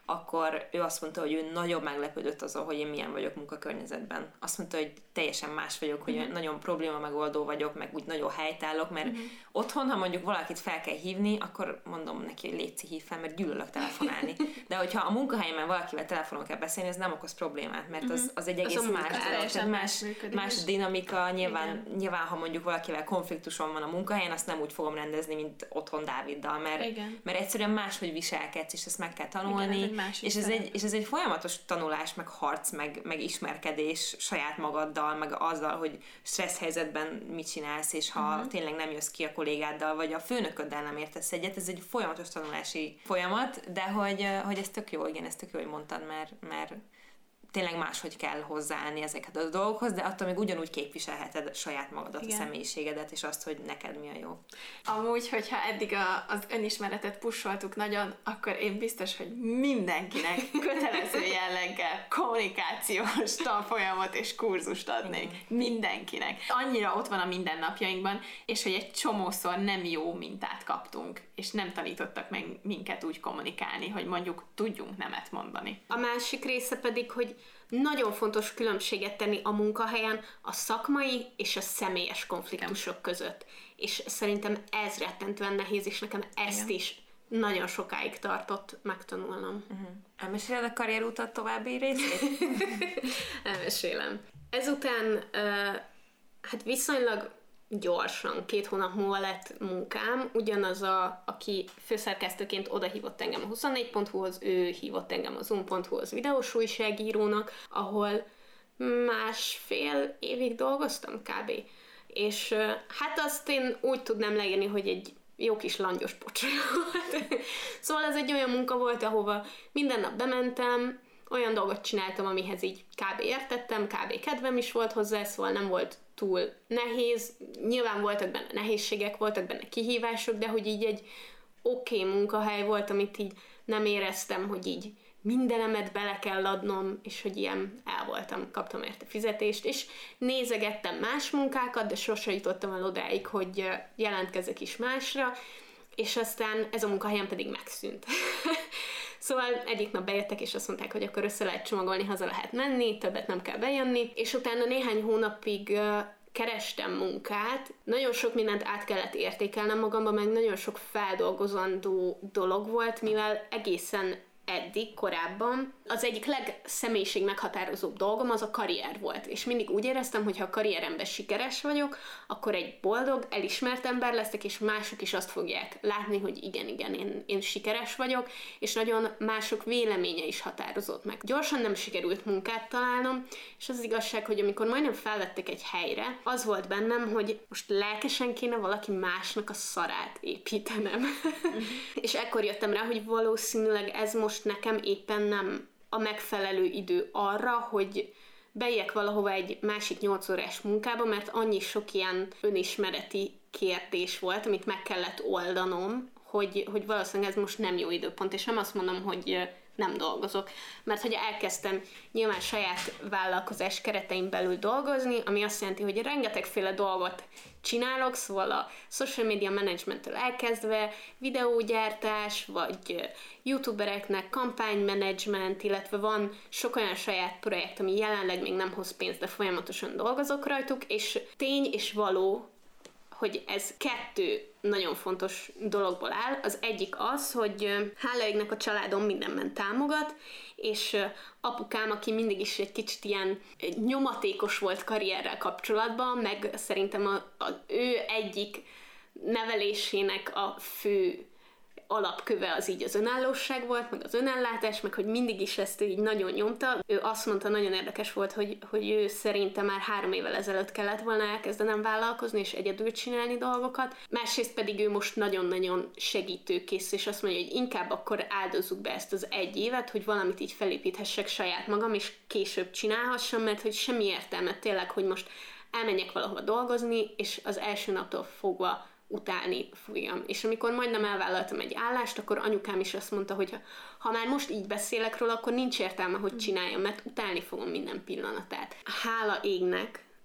akkor ő azt mondta, hogy ő nagyon meglepődött azon, hogy én milyen vagyok munkakörnyezetben. Azt mondta, hogy teljesen más vagyok, hogy uh-huh. nagyon probléma megoldó vagyok, meg úgy nagyon helytállok, mert uh-huh. otthon, ha mondjuk valakit fel kell hívni, akkor mondom neki, hogy létszi, hív fel, mert gyűlölök telefonálni. De hogyha a munkahelyemen valakivel telefonon kell beszélni, ez nem okoz problémát, mert az, az egy egész az más dolog, tehát más, más dinamika. Nyilván, nyilván, ha mondjuk valakivel konfliktuson van a munkahelyen, azt nem úgy fogom rendezni, mint otthon Dáviddal, mert, mert egyszerűen máshogy viselkedsz, és ezt meg kell tanulni. Igen, ez és, ez egy, és ez egy folyamatos tanulás, meg harc, meg, meg ismerkedés saját magaddal, meg azzal, hogy stressz helyzetben mit csinálsz, és ha uh-huh. tényleg nem jössz ki a kollégáddal, vagy a főnököddel nem értesz egyet, ez egy folyamatos tanulási folyamat, de hogy, hogy ez tök jó, igen, ez tök jó, hogy mondtad, mert, mert tényleg máshogy kell hozzáállni ezeket a dolgokhoz, de attól még ugyanúgy képviselheted saját magadat, igen. a személyiségedet, és azt, hogy neked mi a jó. Amúgy, hogyha eddig a, az önismeretet pusoltuk nagyon, akkor én biztos, hogy mindenkinek kötelező jelleggel kommunikációs tanfolyamot és kurzust adnék. Igen. Mindenkinek. Annyira ott van a mindennapjainkban, és hogy egy csomószor nem jó mintát kaptunk, és nem tanítottak meg minket úgy kommunikálni, hogy mondjuk tudjunk nemet mondani. A másik része pedig, hogy nagyon fontos különbséget tenni a munkahelyen a szakmai és a személyes konfliktusok között. És szerintem ez rettentően nehéz, és nekem ezt Igen. is nagyon sokáig tartott megtanulnom. Uh-huh. Elmeséled a karrierutat további részét? Elmesélem. Ezután uh, hát viszonylag gyorsan, két hónap múlva lett munkám, ugyanaz, a, aki főszerkesztőként oda hívott engem a huszonnégy pont hu-hoz, ő hívott engem a zoom pont hu-hoz videós újságírónak, ahol másfél évig dolgoztam kb. És hát azt én úgy tudnám leírni, hogy egy jó kis langyos pocsolya volt. Szóval ez egy olyan munka volt, ahova minden nap bementem, olyan dolgot csináltam, amihez így kb. Értettem, kb. Kedvem is volt hozzá, szóval nem volt túl nehéz. Nyilván voltak benne nehézségek, voltak benne kihívások, de hogy így egy oké okay munkahely volt, amit így nem éreztem, hogy így mindenemet bele kell adnom, és hogy ilyen el voltam, kaptam érte fizetést, és nézegettem más munkákat, de sose jutottam el odáig, hogy jelentkezek is másra, és aztán ez a munkahelyem pedig megszűnt. Szóval egyik nap bejöttek, és azt mondták, hogy akkor össze lehet csomagolni, haza lehet menni, többet nem kell bejönni, és utána néhány hónapig uh, kerestem munkát, nagyon sok mindent át kellett értékelnem magamban, meg nagyon sok feldolgozandó dolog volt, mivel egészen eddig, korábban az egyik legszemélyiség meghatározóbb dolgom az a karrier volt, és mindig úgy éreztem, hogy ha a karrieremben sikeres vagyok, akkor egy boldog, elismert ember leszek, és mások is azt fogják látni, hogy igen, igen, én, én sikeres vagyok, és nagyon mások véleménye is határozott meg. Gyorsan nem sikerült munkát találnom, és az igazság, hogy amikor majdnem felvettek egy helyre, az volt bennem, hogy most lelkesen kéne valaki másnak a szarát építenem. És ekkor jöttem rá, hogy valószínűleg ez most nekem éppen nem a megfelelő idő arra, hogy bejjek valahova egy másik nyolc órás munkába, mert annyi sok ilyen önismereti kérdés volt, amit meg kellett oldanom, hogy, hogy valószínűleg ez most nem jó időpont, és nem azt mondom, hogy nem dolgozok, mert hogy elkezdtem nyilván saját vállalkozás keretein belül dolgozni, ami azt jelenti, hogy rengetegféle dolgot csinálok, szóval a social media managementtől elkezdve videógyártás, vagy youtubereknek kampánymenedzsment, illetve van sok olyan saját projekt, ami jelenleg még nem hoz pénzt, de folyamatosan dolgozok rajtuk, és tény és való, hogy ez kettő nagyon fontos dologból áll. Az egyik az, hogy hála égnek a családom mindenben támogat, és apukám, aki mindig is egy kicsit ilyen nyomatékos volt karrierrel kapcsolatban, meg szerintem a, a, ő egyik nevelésének a fő alapköve az így az önállóság volt, meg az önellátás, meg hogy mindig is ezt így nagyon nyomta. Ő azt mondta, nagyon érdekes volt, hogy, hogy ő szerintem már három évvel ezelőtt kellett volna elkezdenem vállalkozni, és egyedül csinálni dolgokat. Másrészt pedig ő most nagyon-nagyon segítőkész, és azt mondja, hogy inkább akkor áldozzuk be ezt az egy évet, hogy valamit így felépíthessek saját magam, és később csinálhassam, mert hogy semmi értelme tényleg, hogy most elmenjek valahova dolgozni, és az első naptól fogva utálni fújjam. És amikor majdnem elvállaltam egy állást, akkor anyukám is azt mondta, hogy ha, ha már most így beszélek róla, akkor nincs értelme, hogy csináljam, mert utálni fogom minden pillanatát. Hála égnek,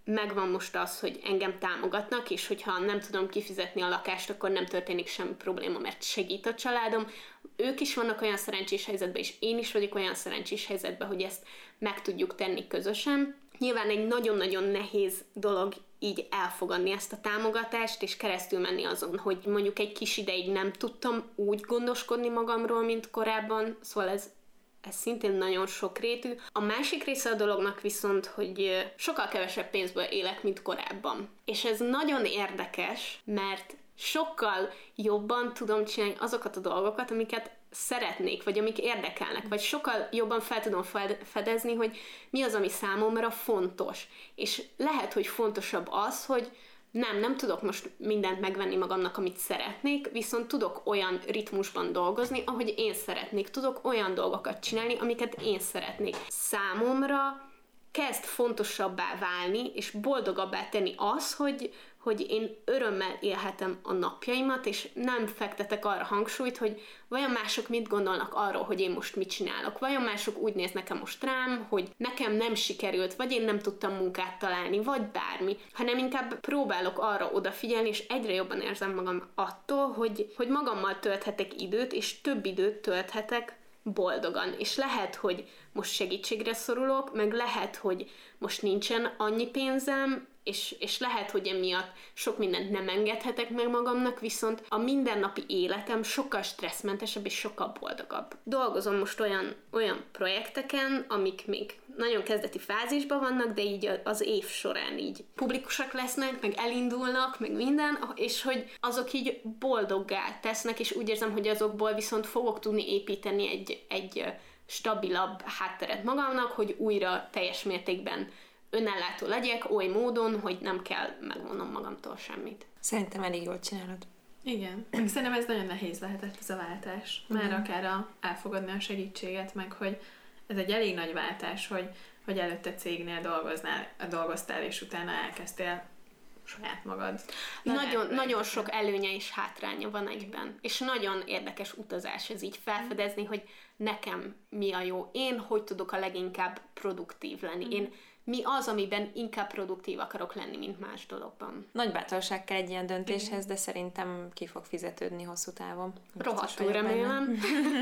megvan most az, hogy engem támogatnak, és hogyha nem tudom kifizetni a lakást, akkor nem történik semmi probléma, mert segít a családom. Ők is vannak olyan szerencsés helyzetben, és én is vagyok olyan szerencsés helyzetben, hogy ezt meg tudjuk tenni közösen. Nyilván egy nagyon-nagyon nehéz dolog így elfogadni ezt a támogatást, és keresztül menni azon, hogy mondjuk egy kis ideig nem tudtam úgy gondoskodni magamról, mint korábban, szóval ez Ez szintén nagyon sokrétű. A másik része a dolognak viszont, hogy sokkal kevesebb pénzből élek, mint korábban. És ez nagyon érdekes, mert sokkal jobban tudom csinálni azokat a dolgokat, amiket szeretnék, vagy amik érdekelnek, vagy sokkal jobban fel tudom fedezni, hogy mi az, ami számomra fontos. És lehet, hogy fontosabb az, hogy Nem, nem tudok most mindent megvenni magamnak, amit szeretnék, viszont tudok olyan ritmusban dolgozni, ahogy én szeretnék. Tudok olyan dolgokat csinálni, amiket én szeretnék. Számomra kezd fontosabbá válni, és boldogabbá tenni az, hogy, hogy én örömmel élhetem a napjaimat, és nem fektetek arra hangsúlyt, hogy vajon mások mit gondolnak arról, hogy én most mit csinálok. Vajon mások úgy néz nekem most rám, hogy nekem nem sikerült, vagy én nem tudtam munkát találni, vagy bármi, hanem inkább próbálok arra odafigyelni, és egyre jobban érzem magam attól, hogy, hogy magammal tölthetek időt, és több időt tölthetek boldogan. És lehet, hogy most segítségre szorulok, meg lehet, hogy most nincsen annyi pénzem, és, és lehet, hogy emiatt sok mindent nem engedhetek meg magamnak, viszont a mindennapi életem sokkal stresszmentesebb és sokkal boldogabb. Dolgozom most olyan, olyan projekteken, amik még nagyon kezdeti fázisban vannak, de így az év során így publikusak lesznek, meg elindulnak, meg minden, és hogy azok így boldoggá tesznek, és úgy érzem, hogy azokból viszont fogok tudni építeni egy, egy stabilabb hátteret magamnak, hogy újra teljes mértékben önellátó legyek, oly módon, hogy nem kell megmondom magamtól semmit. Szerintem elég jól csinálod. Igen. Szerintem ez nagyon nehéz lehetett ez a váltás. Már mm. akár a, elfogadni a segítséget, meg hogy ez egy elég nagy váltás, hogy, hogy előtte cégnél dolgoznál, dolgoztál, és utána elkezdtél saját magad. Nagyon, nagyon sok előnye és hátránya van egyben. És nagyon érdekes utazás ez így felfedezni, hogy nekem mi a jó. Én hogy tudok a leginkább produktív lenni. Mm. Én mi az, amiben inkább produktív akarok lenni, mint más dologban. Nagy bátorság kell egy ilyen döntéshez, de szerintem ki fog fizetődni hosszú távon. Rohadtul remélem.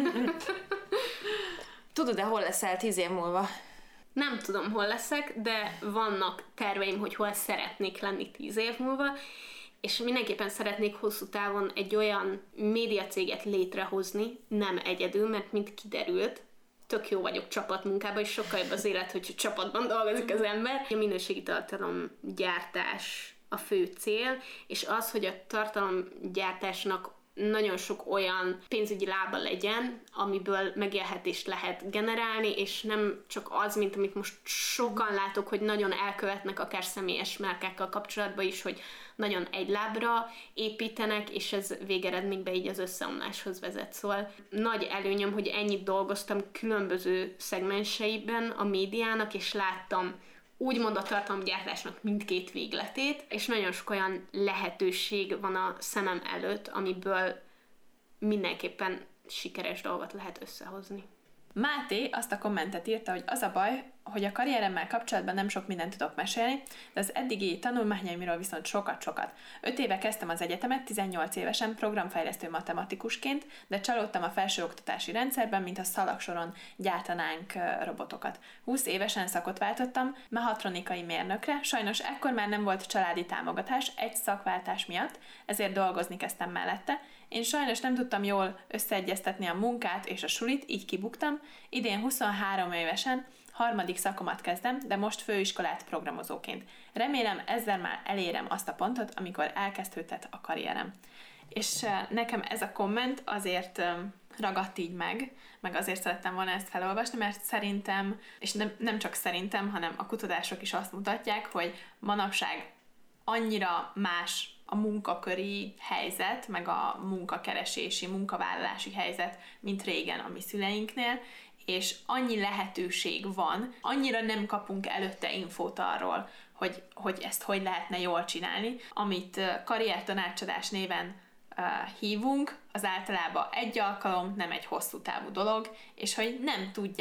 Tudod-e, hol leszel tíz év múlva? Nem tudom, hol leszek, de vannak terveim, hogy hol szeretnék lenni tíz év múlva, és mindenképpen szeretnék hosszú távon egy olyan médiacéget létrehozni, nem egyedül, mert mint kiderült, tök jó vagyok csapatmunkában, és sokkal jobb az élet, hogy csapatban dolgozik az ember. A minőségi tartalomgyártás a fő cél, és az, hogy a tartalomgyártásnak nagyon sok olyan pénzügyi lába legyen, amiből megélhetést lehet generálni, és nem csak az, mint amit most sokan látok, hogy nagyon elkövetnek akár személyes márkákkal kapcsolatban is, hogy nagyon egy lábra építenek, és ez végeredményben így az összeomláshoz vezet. Szóval nagy előnyöm, hogy ennyit dolgoztam különböző szegmenseiben a médiának, és láttam úgymond a tartalomgyártásnak mindkét végletét, és nagyon sok olyan lehetőség van a szemem előtt, amiből mindenképpen sikeres dolgot lehet összehozni. Máté azt a kommentet írta, hogy az a baj, hogy a karrieremmel kapcsolatban nem sok mindent tudok mesélni, de az eddigi tanulmányaimról viszont sokat-sokat. Öt éve kezdtem az egyetemet, tizennyolc évesen programfejlesztő matematikusként, de csalódtam a felsőoktatási rendszerben, mint a szalagsoron gyártanánk robotokat. húsz évesen szakot váltottam, mehatronikai mérnökre, sajnos ekkor már nem volt családi támogatás egy szakváltás miatt, ezért dolgozni kezdtem mellette. Én sajnos nem tudtam jól összeegyeztetni a munkát és a sulit, így kibuktam. Idén huszonhárom évesen harmadik szakomat kezdem, de most főiskolát programozóként. Remélem ezzel már elérem azt a pontot, amikor elkezdődhet a karrierem. És nekem ez a komment azért ragadt így meg, meg azért szerettem volna ezt felolvasni, mert szerintem, és nem, nem csak szerintem, hanem a kutatások is azt mutatják, hogy manapság annyira más a munkaköri helyzet, meg a munkakeresési, munkavállalási helyzet, mint régen a mi szüleinknél, és annyi lehetőség van, annyira nem kapunk előtte infót arról, hogy, hogy ezt hogy lehetne jól csinálni. Amit karriertanácsadás néven uh, hívunk, az általában egy alkalom, nem egy hosszú távú dolog, és hogy nem tudják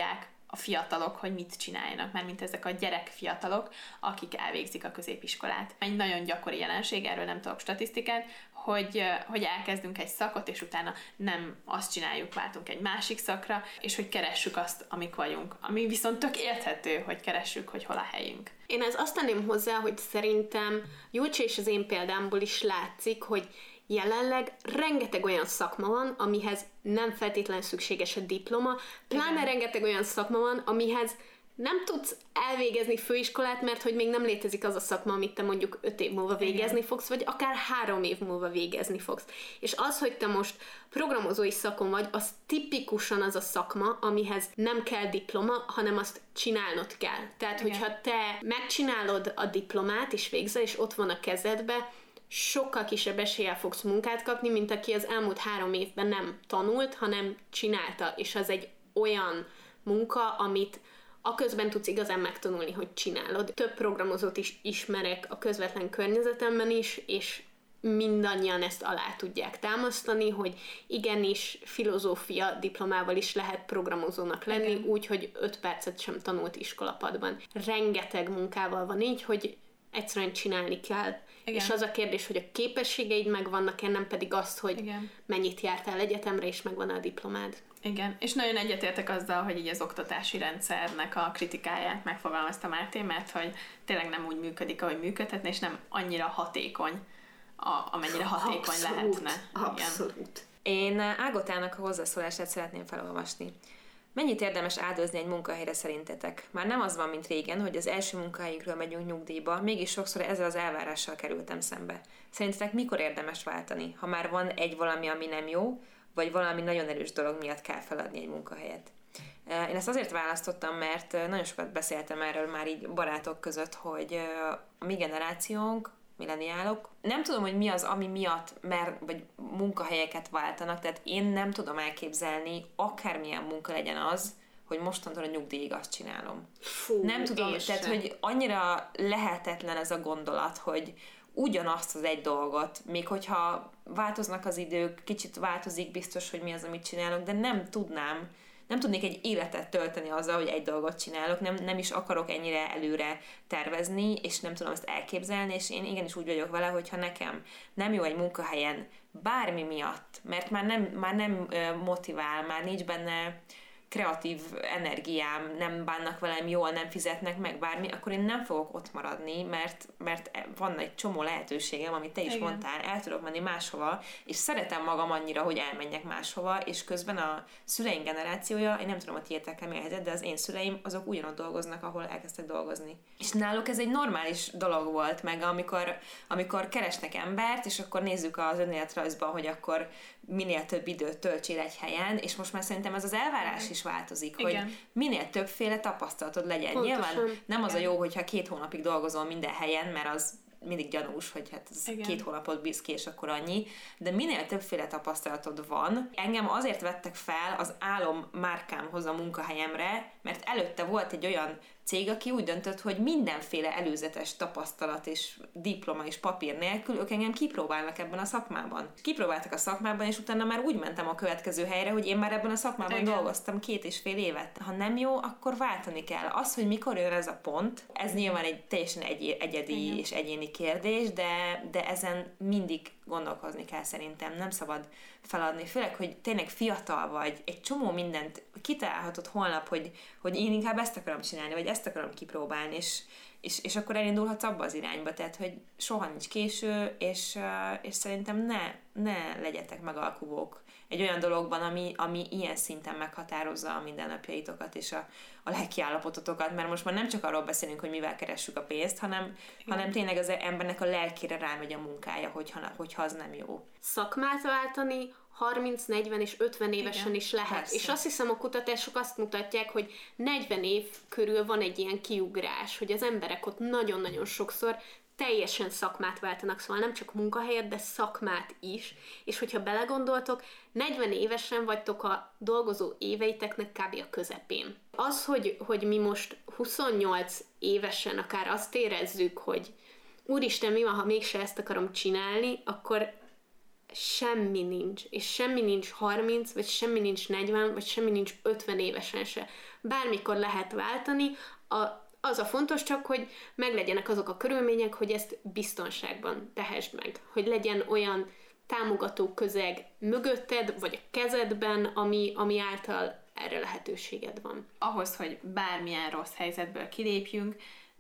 a fiatalok, hogy mit csináljanak, mert mint ezek a gyerekfiatalok, akik elvégzik a középiskolát. Egy nagyon gyakori jelenség, erről nem tudok statisztikát, hogy, hogy elkezdünk egy szakot, és utána nem azt csináljuk, váltunk egy másik szakra, és hogy keressük azt, amik vagyunk. Ami viszont tök érthető, hogy keressük, hogy hol a helyünk. Én ezt azt tenném hozzá, hogy szerintem Julcsi és az én példámból is látszik, hogy jelenleg rengeteg olyan szakma van, amihez nem feltétlenül szükséges a diploma, pláne igen. rengeteg olyan szakma van, amihez nem tudsz elvégezni főiskolát, mert hogy még nem létezik az a szakma, amit te mondjuk öt év múlva végezni igen. fogsz, vagy akár három év múlva végezni fogsz. És az, hogy te most programozói szakon vagy, az tipikusan az a szakma, amihez nem kell diploma, hanem azt csinálnod kell. Tehát, igen. hogyha te megcsinálod a diplomát, és végzel, és ott van a kezedbe, sokkal kisebb eséllyel fogsz munkát kapni, mint aki az elmúlt három évben nem tanult, hanem csinálta, és az egy olyan munka, amit aközben tudsz igazán megtanulni, hogy csinálod. Több programozót is ismerek a közvetlen környezetemben is, és mindannyian ezt alá tudják támasztani, hogy igenis filozófia diplomával is lehet programozónak lenni, okay. úgy, hogy öt percet sem tanult iskolapadban. Rengeteg munkával van így, hogy egyszerűen csinálni kell. Igen. És az a kérdés, hogy a képességeid megvannak-e, nem pedig azt, hogy igen. mennyit jártál egyetemre, és megvan a diplomád. Igen, és nagyon egyetértek azzal, hogy így az oktatási rendszernek a kritikáját megfogalmazta Máté, mert hogy tényleg nem úgy működik, ahogy működhetne, és nem annyira hatékony, a, amennyire hatékony abszolút, lehetne. Abszolút. Igen. Én Ágotának a hozzászólását szeretném felolvasni. Mennyit érdemes áldozni egy munkahelyre szerintetek? Már nem az van, mint régen, hogy az első munkahelyünkről megyünk nyugdíjba, mégis sokszor ezzel az elvárással kerültem szembe. Szerintetek mikor érdemes váltani? Ha már van egy valami, ami nem jó, vagy valami nagyon erős dolog miatt kell feladni egy munkahelyet. Én ezt azért választottam, mert nagyon sokat beszéltem erről már így barátok között, hogy a mi generációnk, milleniálok, nem tudom, hogy mi az, ami miatt mert, vagy munkahelyeket váltanak, tehát én nem tudom elképzelni, akármilyen munka legyen az, hogy mostantól a nyugdíjig azt csinálom. Fú, nem tudom, tehát, sem. Hogy annyira lehetetlen ez a gondolat, hogy ugyanazt az egy dolgot, még hogyha változnak az idők, kicsit változik biztos, hogy mi az, amit csinálok, de nem tudnám, nem tudnék egy életet tölteni azzal, hogy egy dolgot csinálok, nem, nem is akarok ennyire előre tervezni, és nem tudom ezt elképzelni, és én igenis úgy vagyok vele, hogyha nekem nem jó egy munkahelyen bármi miatt, mert már nem, már nem motivál, már nincs benne kreatív energiám, nem bánnak velem jól, nem fizetnek meg bármi, akkor én nem fogok ott maradni, mert, mert van egy csomó lehetőségem, amit te is igen. mondtál, el tudok menni máshova, és szeretem magam annyira, hogy elmenjek máshova, és közben a szüleim generációja, én nem tudom, hogy tiétek nem helyzet, de az én szüleim, azok ugyanott dolgoznak, ahol elkezdtek dolgozni. És náluk ez egy normális dolog volt, meg amikor, amikor keresnek embert, és akkor nézzük az önéletrajzban, hogy akkor minél több időt töltsél egy helyen, és most már szerintem ez az elvárás is változik, igen. hogy minél többféle tapasztalatod legyen. Pontosan. Nyilván nem az a jó, hogyha két hónapig dolgozol minden helyen, mert az mindig gyanús, hogy hát ez igen. két hónapot bíz ki, és akkor annyi, de minél többféle tapasztalatod van. Engem azért vettek fel az álom márkámhoz a munkahelyemre, mert előtte volt egy olyan cég, aki úgy döntött, hogy mindenféle előzetes tapasztalat és diploma és papír nélkül ők engem kipróbálnak ebben a szakmában. Kipróbáltak a szakmában, és utána már úgy mentem a következő helyre, hogy én már ebben a szakmában igen. dolgoztam két és fél évet. Ha nem jó, akkor váltani kell. Az, hogy mikor jön ez a pont, ez nyilván egy teljesen egy, egyedi igen. és egyéni kérdés, de, de ezen mindig gondolkozni kell szerintem. Nem szabad feladni. Főleg, hogy tényleg fiatal vagy, egy csomó mindent kitalálhatod holnap, hogy, hogy én inkább ezt akarom csinálni, vagy ezt akarom kipróbálni, és, és, és akkor elindulhatsz abba az irányba. Tehát, hogy soha nincs késő, és, és szerintem ne, ne legyetek megalkuvók egy olyan dologban, ami, ami ilyen szinten meghatározza a mindennapjaitokat és a, a lelki állapototokat, mert most már nem csak arról beszélünk, hogy mivel keressük a pénzt, hanem, hanem tényleg az embernek a lelkére rámegy a munkája, hogyha, hogyha az nem jó. Szakmát váltani harminc, negyven és ötven évesen igen, is lehet. Persze. És azt hiszem, a kutatások azt mutatják, hogy negyven év körül van egy ilyen kiugrás, hogy az emberek ott nagyon-nagyon sokszor teljesen szakmát váltanak, szóval nem csak munkahelyet, de szakmát is, és hogyha belegondoltok, negyven évesen vagytok a dolgozó éveiteknek kb. A közepén. Az, hogy, hogy mi most huszonnyolc évesen akár azt érezzük, hogy úristen, mi van, ha mégse ezt akarom csinálni, akkor semmi nincs, és semmi nincs harminc, vagy semmi nincs negyven, vagy semmi nincs ötven évesen se. Bármikor lehet váltani, a, az a fontos csak, hogy meglegyenek azok a körülmények, hogy ezt biztonságban tehesd meg. Hogy legyen olyan támogató közeg mögötted, vagy a kezedben, ami, ami által erre lehetőséged van. Ahhoz, hogy bármilyen rossz helyzetből kilépjünk,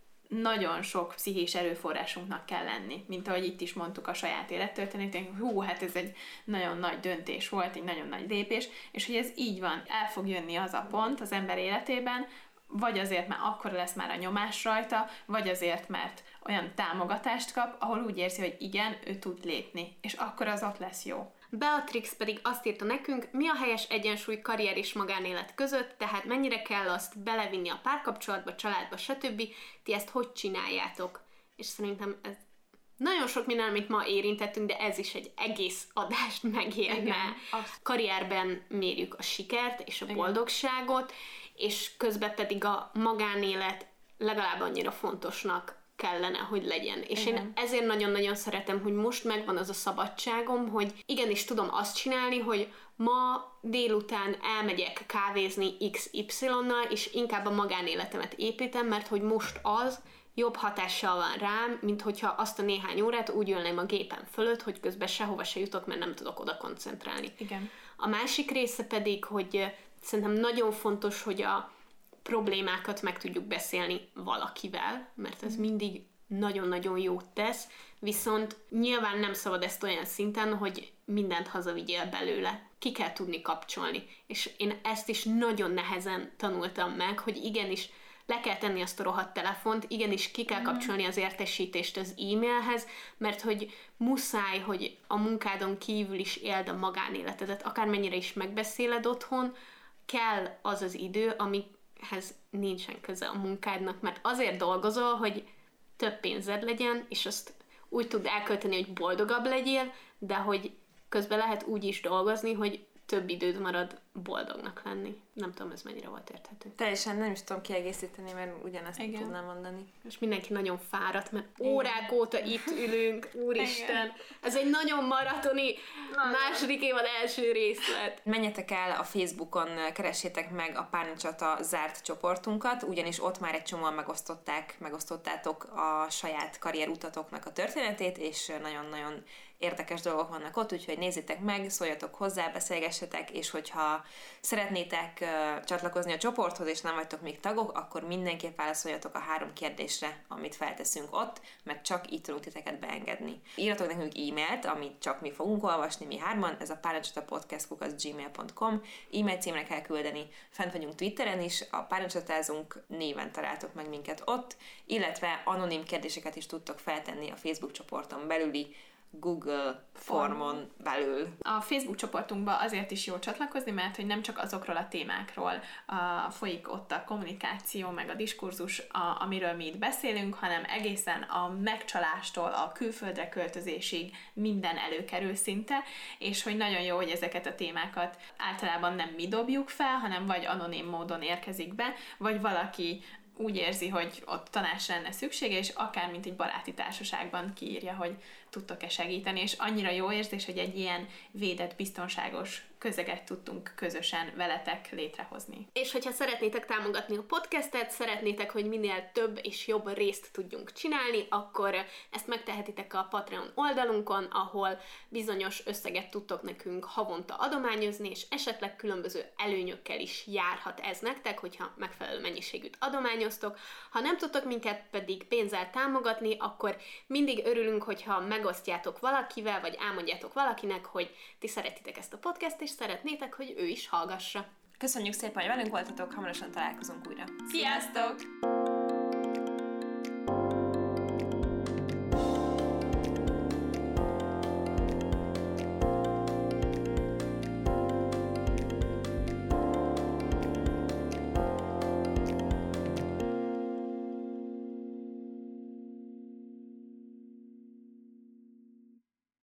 nagyon sok pszichés erőforrásunknak kell lenni. Mint ahogy itt is mondtuk a saját élettörténetünk, hú, hát ez egy nagyon nagy döntés volt, egy nagyon nagy lépés, és hogy ez így van, el fog jönni az a pont az ember életében, vagy azért, mert akkor lesz már a nyomás rajta, vagy azért, mert olyan támogatást kap, ahol úgy érzi, hogy igen, ő tud lépni, és akkor az ott lesz jó. Beatrix pedig azt írta nekünk, mi a helyes egyensúly karrier és magánélet között, tehát mennyire kell azt belevinni a párkapcsolatba, családba, stb. Ti ezt hogy csináljátok? És szerintem ez nagyon sok minden, amit ma érintettünk, de ez is egy egész adást megérne. Karrierben mérjük a sikert és a Igen. boldogságot, és közben pedig a magánélet legalább annyira fontosnak kellene, hogy legyen. És Igen. én ezért nagyon-nagyon szeretem, hogy most megvan az a szabadságom, hogy igenis tudom azt csinálni, hogy ma délután elmegyek kávézni iksz ipszilonnal, és inkább a magánéletemet építem, mert hogy most az jobb hatással van rám, mint hogyha azt a néhány órát úgy ülném a gépen fölött, hogy közben sehova se jutok, mert nem tudok oda koncentrálni. Igen. A másik része pedig, hogy szerintem nagyon fontos, hogy a problémákat meg tudjuk beszélni valakivel, mert ez mindig nagyon-nagyon jót tesz, viszont nyilván nem szabad ezt olyan szinten, hogy mindent hazavigyél belőle. Ki kell tudni kapcsolni. És én ezt is nagyon nehezen tanultam meg, hogy igenis le kell tenni azt a rohadt telefont, igenis ki kell kapcsolni az értesítést az e-mailhez, mert hogy muszáj, hogy a munkádon kívül is éld a magánéletedet, akármennyire is megbeszéled otthon, kell az az idő, amihez nincsen köze a munkádnak, mert azért dolgozol, hogy több pénzed legyen, és azt úgy tud elkölteni, hogy boldogabb legyél, de hogy közben lehet úgy is dolgozni, hogy több időd marad boldognak lenni. Nem tudom, ez mennyire volt érthető. Teljesen nem is tudom kiegészíteni, mert ugyanezt Igen. tudnám mondani. És mindenki nagyon fáradt, mert órák óta itt ülünk, úristen. Igen. Ez egy nagyon maratoni Nagyon. második évad első részlet. Menjetek el a Facebookon, keressétek meg a Párnacsata zárt csoportunkat, ugyanis ott már egy csomóan megosztották, megosztottátok a saját karrierutatoknak a történetét, és nagyon-nagyon érdekes dolgok vannak ott, úgyhogy nézzétek meg, szóljatok hozzá, beszélgessetek, és hogyha szeretnétek uh, csatlakozni a csoporthoz, és nem vagytok még tagok, akkor mindenképp válaszoljatok a három kérdésre, amit felteszünk ott, mert csak így tudunk titeket beengedni. Írjatok nekünk e-mailt, amit csak mi fogunk olvasni, mi hárman, ez a párnacsatapodcast kukac gmail pont com, e-mail címre kell küldeni, fent vagyunk Twitteren is, a Párnacsatázunk néven találtok meg minket ott, illetve anonim kérdéseket is tudtok feltenni a Facebook csoporton belüli Google formon belül. A Facebook csoportunkba azért is jó csatlakozni, mert hogy nem csak azokról a témákról a, folyik ott a kommunikáció, meg a diskurzus, a, amiről mi itt beszélünk, hanem egészen a megcsalástól a külföldre költözésig minden előkerül szinte, és hogy nagyon jó, hogy ezeket a témákat általában nem mi dobjuk fel, hanem vagy anonim módon érkezik be, vagy valaki úgy érzi, hogy ott tanácsra lenne szüksége, és akár mint egy baráti társaságban kiírja, hogy tudtok-e segíteni, és annyira jó érzés, hogy egy ilyen védett, biztonságos közeget tudtunk közösen veletek létrehozni. És hogyha szeretnétek támogatni a podcastet, szeretnétek, hogy minél több és jobb részt tudjunk csinálni, akkor ezt megtehetitek a Patreon oldalunkon, ahol bizonyos összeget tudtok nekünk havonta adományozni, és esetleg különböző előnyökkel is járhat ez nektek, hogyha megfelelő mennyiségűt adományoztok. Ha nem tudtok minket pedig pénzzel támogatni, akkor mindig örülünk, hogyha megosztjátok valakivel, vagy elmondjátok valakinek, hogy ti szeretitek ezt a podcastet, és szeretnétek, hogy ő is hallgassa. Köszönjük szépen, hogy velünk voltatok, hamarosan találkozunk újra. Sziasztok!